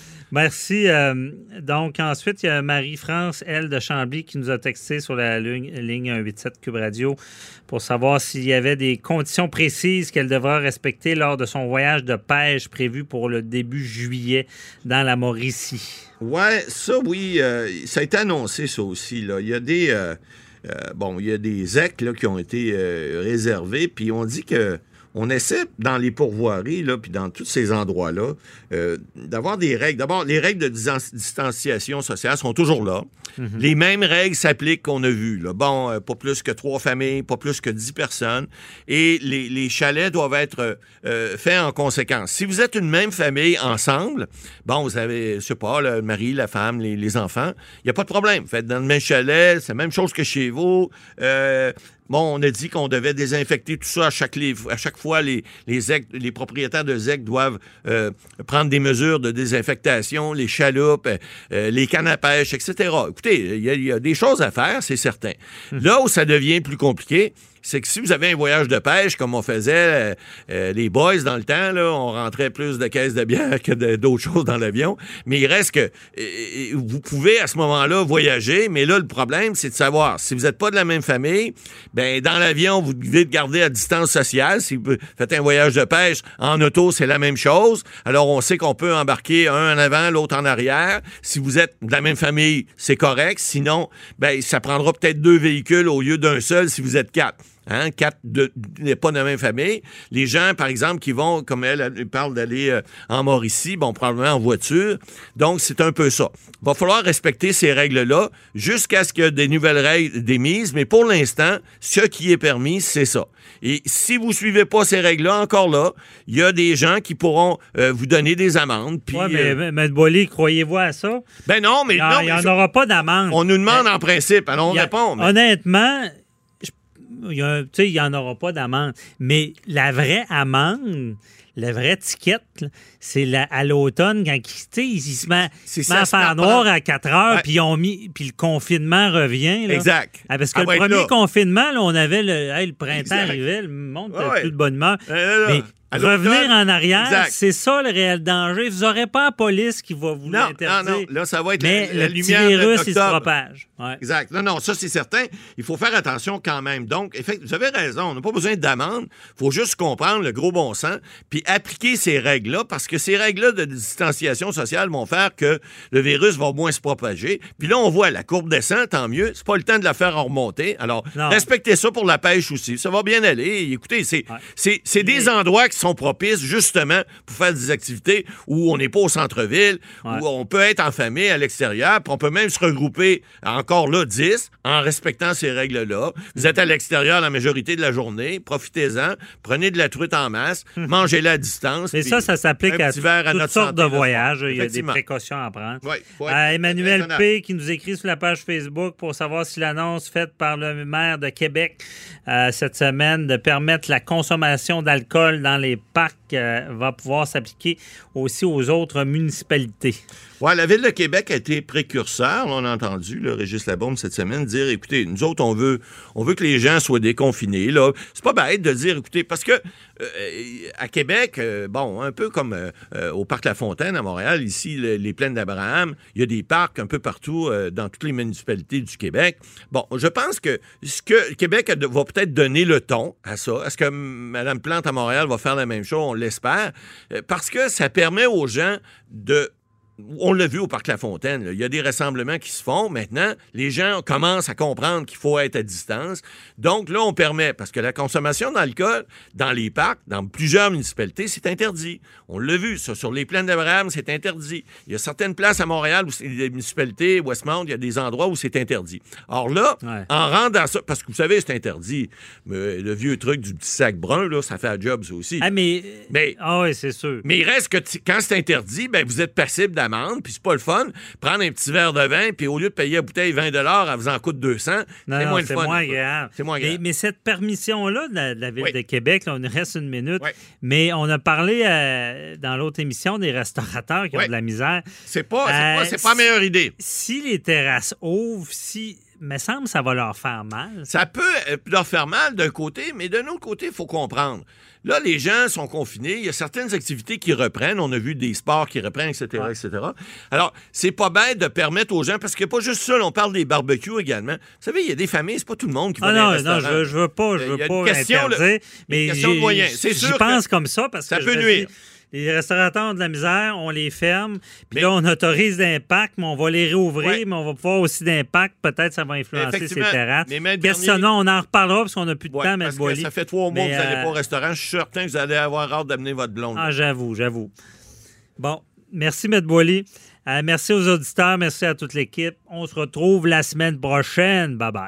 Merci. Euh, donc, ensuite, il y a Marie-France, elle, de Chambly, qui nous a texté sur la ligne, ligne un huit sept Cube Radio pour savoir s'il y avait des conditions précises qu'elle devra respecter lors de son voyage de pêche prévu pour le début juillet dans la Mauricie. Oui, ça, oui. Euh, ça a été annoncé, ça aussi. Là. Il y a des... Euh, euh, bon, il y a des Z E C là, qui ont été euh, réservés, puis on dit que on essaie, dans les pourvoiries, là, puis dans tous ces endroits-là, euh, d'avoir des règles. D'abord, les règles de distanciation sociale sont toujours là. Mm-hmm. Les mêmes règles s'appliquent qu'on a vues. Là. Bon, euh, pas plus que trois familles, pas plus que dix personnes. Et les, les chalets doivent être euh, faits en conséquence. Si vous êtes une même famille ensemble, bon, vous avez, je sais pas, le mari, la femme, les, les enfants, il n'y a pas de problème. Vous faites dans le même chalet, c'est la même chose que chez vous. Euh, Bon, on a dit qu'on devait désinfecter tout ça à chaque, à chaque fois. Les, les, Z E C, les propriétaires de Z E C doivent euh, prendre des mesures de désinfectation, les chaloupes, euh, les cannes à pêche, et cetera. Écoutez, il y, y a des choses à faire, c'est certain. Mmh. Là où ça devient plus compliqué, c'est que si vous avez un voyage de pêche, comme on faisait euh, euh, les boys dans le temps, là, on rentrait plus de caisses de bière que de, d'autres choses dans l'avion, mais il reste que euh, vous pouvez à ce moment-là voyager, mais là, le problème, c'est de savoir, si vous n'êtes pas de la même famille, ben dans l'avion, vous devez garder à distance sociale. Si vous faites un voyage de pêche, en auto, c'est la même chose. Alors, on sait qu'on peut embarquer un en avant, l'autre en arrière. Si vous êtes de la même famille, c'est correct. Sinon, ben ça prendra peut-être deux véhicules au lieu d'un seul si vous êtes quatre. Hein, quatre de, de, pas de la même famille. Les gens, par exemple, qui vont, comme elle, elle parle d'aller euh, en Mauricie, bon, probablement en voiture. Donc, c'est un peu ça. Il va falloir respecter ces règles-là jusqu'à ce qu'il y ait des nouvelles règles démises, mais pour l'instant, ce qui est permis, c'est ça. Et si vous suivez pas ces règles-là, encore là, il y a des gens qui pourront euh, vous donner des amendes. Oui, mais euh, M. Boily, croyez-vous à ça? Ben non, mais... Il n'y en aura pas d'amende. On nous demande mais, en principe, alors on a, répond. Mais... Honnêtement... Il n'y en aura pas d'amende. Mais la vraie amende, la vraie ticket, là, c'est la, à l'automne, quand il, il se met, met à faire noir à quatre heures, puis ouais. le confinement revient. Là. Exact. Ah, parce que ah, le premier là. confinement, là, on avait le, hey, le printemps exact. arrivait, le monde n'avait ouais. plus de bonne humeur. Euh, mais revenir en arrière, exact. c'est ça le réel danger. Vous n'aurez pas la police qui va vous non, l'interdire. Non, non, là, ça va être mais la, la le lumière petit virus, il se propage. Ouais. Exact. Non, non, ça, c'est certain. Il faut faire attention quand même. Donc, effectivement, vous avez raison. On n'a pas besoin d'amende. Il faut juste comprendre le gros bon sens puis appliquer ces règles-là parce que ces règles-là de distanciation sociale vont faire que le virus va moins se propager. Puis là, on voit la courbe descend, tant mieux. C'est pas le temps de la faire remonter. Alors, non. respectez ça pour la pêche aussi. Ça va bien aller. Écoutez, c'est, ouais. c'est, c'est des mais... endroits qui sont propices juste justement pour faire des activités où on n'est pas au centre-ville, ouais. où on peut être en famille à l'extérieur, puis on peut même se regrouper encore là dix en respectant ces règles-là. Vous êtes à l'extérieur la majorité de la journée, profitez-en, prenez de la truite en masse, mangez-la à distance. Mais ça, ça s'applique à, tout, à toutes sortes de voyages. Il y a des précautions à prendre. Oui, euh, Emmanuel P. qui nous écrit sur la page Facebook pour savoir si l'annonce faite par le maire de Québec euh, cette semaine de permettre la consommation d'alcool dans les parcs euh, va pouvoir s'appliquer aussi aux autres municipalités. Oui, la Ville de Québec a été précurseur. On a entendu le Régis Labaume cette semaine dire, écoutez, nous autres, on veut, on veut que les gens soient déconfinés. Là. C'est pas bête de dire, écoutez, parce que euh, à Québec, euh, bon, un peu comme euh, au Parc La Fontaine à Montréal, ici, le, les Plaines d'Abraham, il y a des parcs un peu partout euh, dans toutes les municipalités du Québec. Bon, je pense que ce que Québec va peut-être donner le ton à ça. Est-ce que Mme Plante à Montréal va faire la même chose? On l'espère. Parce que ça permet aux gens de... On l'a vu au Parc La Fontaine, là. Il y a des rassemblements qui se font. Maintenant, les gens commencent à comprendre qu'il faut être à distance. Donc là, on permet, parce que la consommation d'alcool dans les parcs, dans plusieurs municipalités, c'est interdit. On l'a vu, ça, sur les Plaines d'Abraham, c'est interdit. Il y a certaines places à Montréal où c'est des municipalités, Westmount, il y a des endroits où c'est interdit. Or là, ouais. en rendant ça, parce que vous savez, c'est interdit, mais le vieux truc du petit sac brun, là, ça fait un job, ça aussi. Ah, mais... mais ah oui, c'est sûr. Mais il reste que t- quand c'est interdit, ben vous êtes passible d'amende. Puis c'est pas le fun. Prendre un petit verre de vin, puis au lieu de payer la bouteille vingt dollars, elle vous en coûte deux cents. Non, c'est non, moins le c'est fun. Moins grave. C'est moins grave. Mais, mais cette permission-là de la, de la Ville oui. de Québec, là, on nous reste une minute, oui. mais on a parlé euh, dans l'autre émission des restaurateurs qui oui. ont de la misère. C'est pas, c'est euh, pas, c'est pas la meilleure idée. Si les terrasses ouvrent, si... me semble que ça va leur faire mal. Ça peut leur faire mal d'un côté, mais d'un autre côté, il faut comprendre. Là, les gens sont confinés. Il y a certaines activités qui reprennent. On a vu des sports qui reprennent, et cetera, ouais. et cetera. Alors, c'est pas bête de permettre aux gens, parce qu'il n'y a pas juste ça, là, on parle des barbecues également. Vous savez, il y a des familles, c'est pas tout le monde qui va ah dans non, les restaurants. Non, je veux, je veux pas, je veux pas question, interdire, là, mais question de moyens. C'est j'y sûr pense que comme ça, parce ça que peut je nuire. Dis, les restaurateurs ont de la misère, on les ferme, puis là, on autorise l'impact, mais on va les réouvrir, ouais. mais on va pouvoir aussi d'impact. Peut-être ça va influencer ces terrasses. Questionnement, on en reparlera parce qu'on n'a plus de ouais, temps, M. Boily. Ça fait trois mois mais, que vous n'allez euh... pas au restaurant. Je suis certain que vous allez avoir hâte d'amener votre blonde. Ah, j'avoue, j'avoue. Bon, merci, M. Boily. Euh, merci aux auditeurs, merci à toute l'équipe. On se retrouve la semaine prochaine. Bye-bye.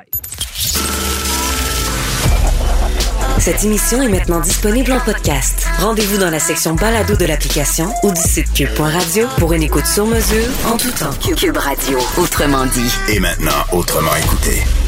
Cette émission est maintenant disponible en podcast. Rendez-vous dans la section balado de l'application ou du site cube point radio pour une écoute sur mesure en tout temps. Cube Radio, autrement dit. Et maintenant, autrement écouté.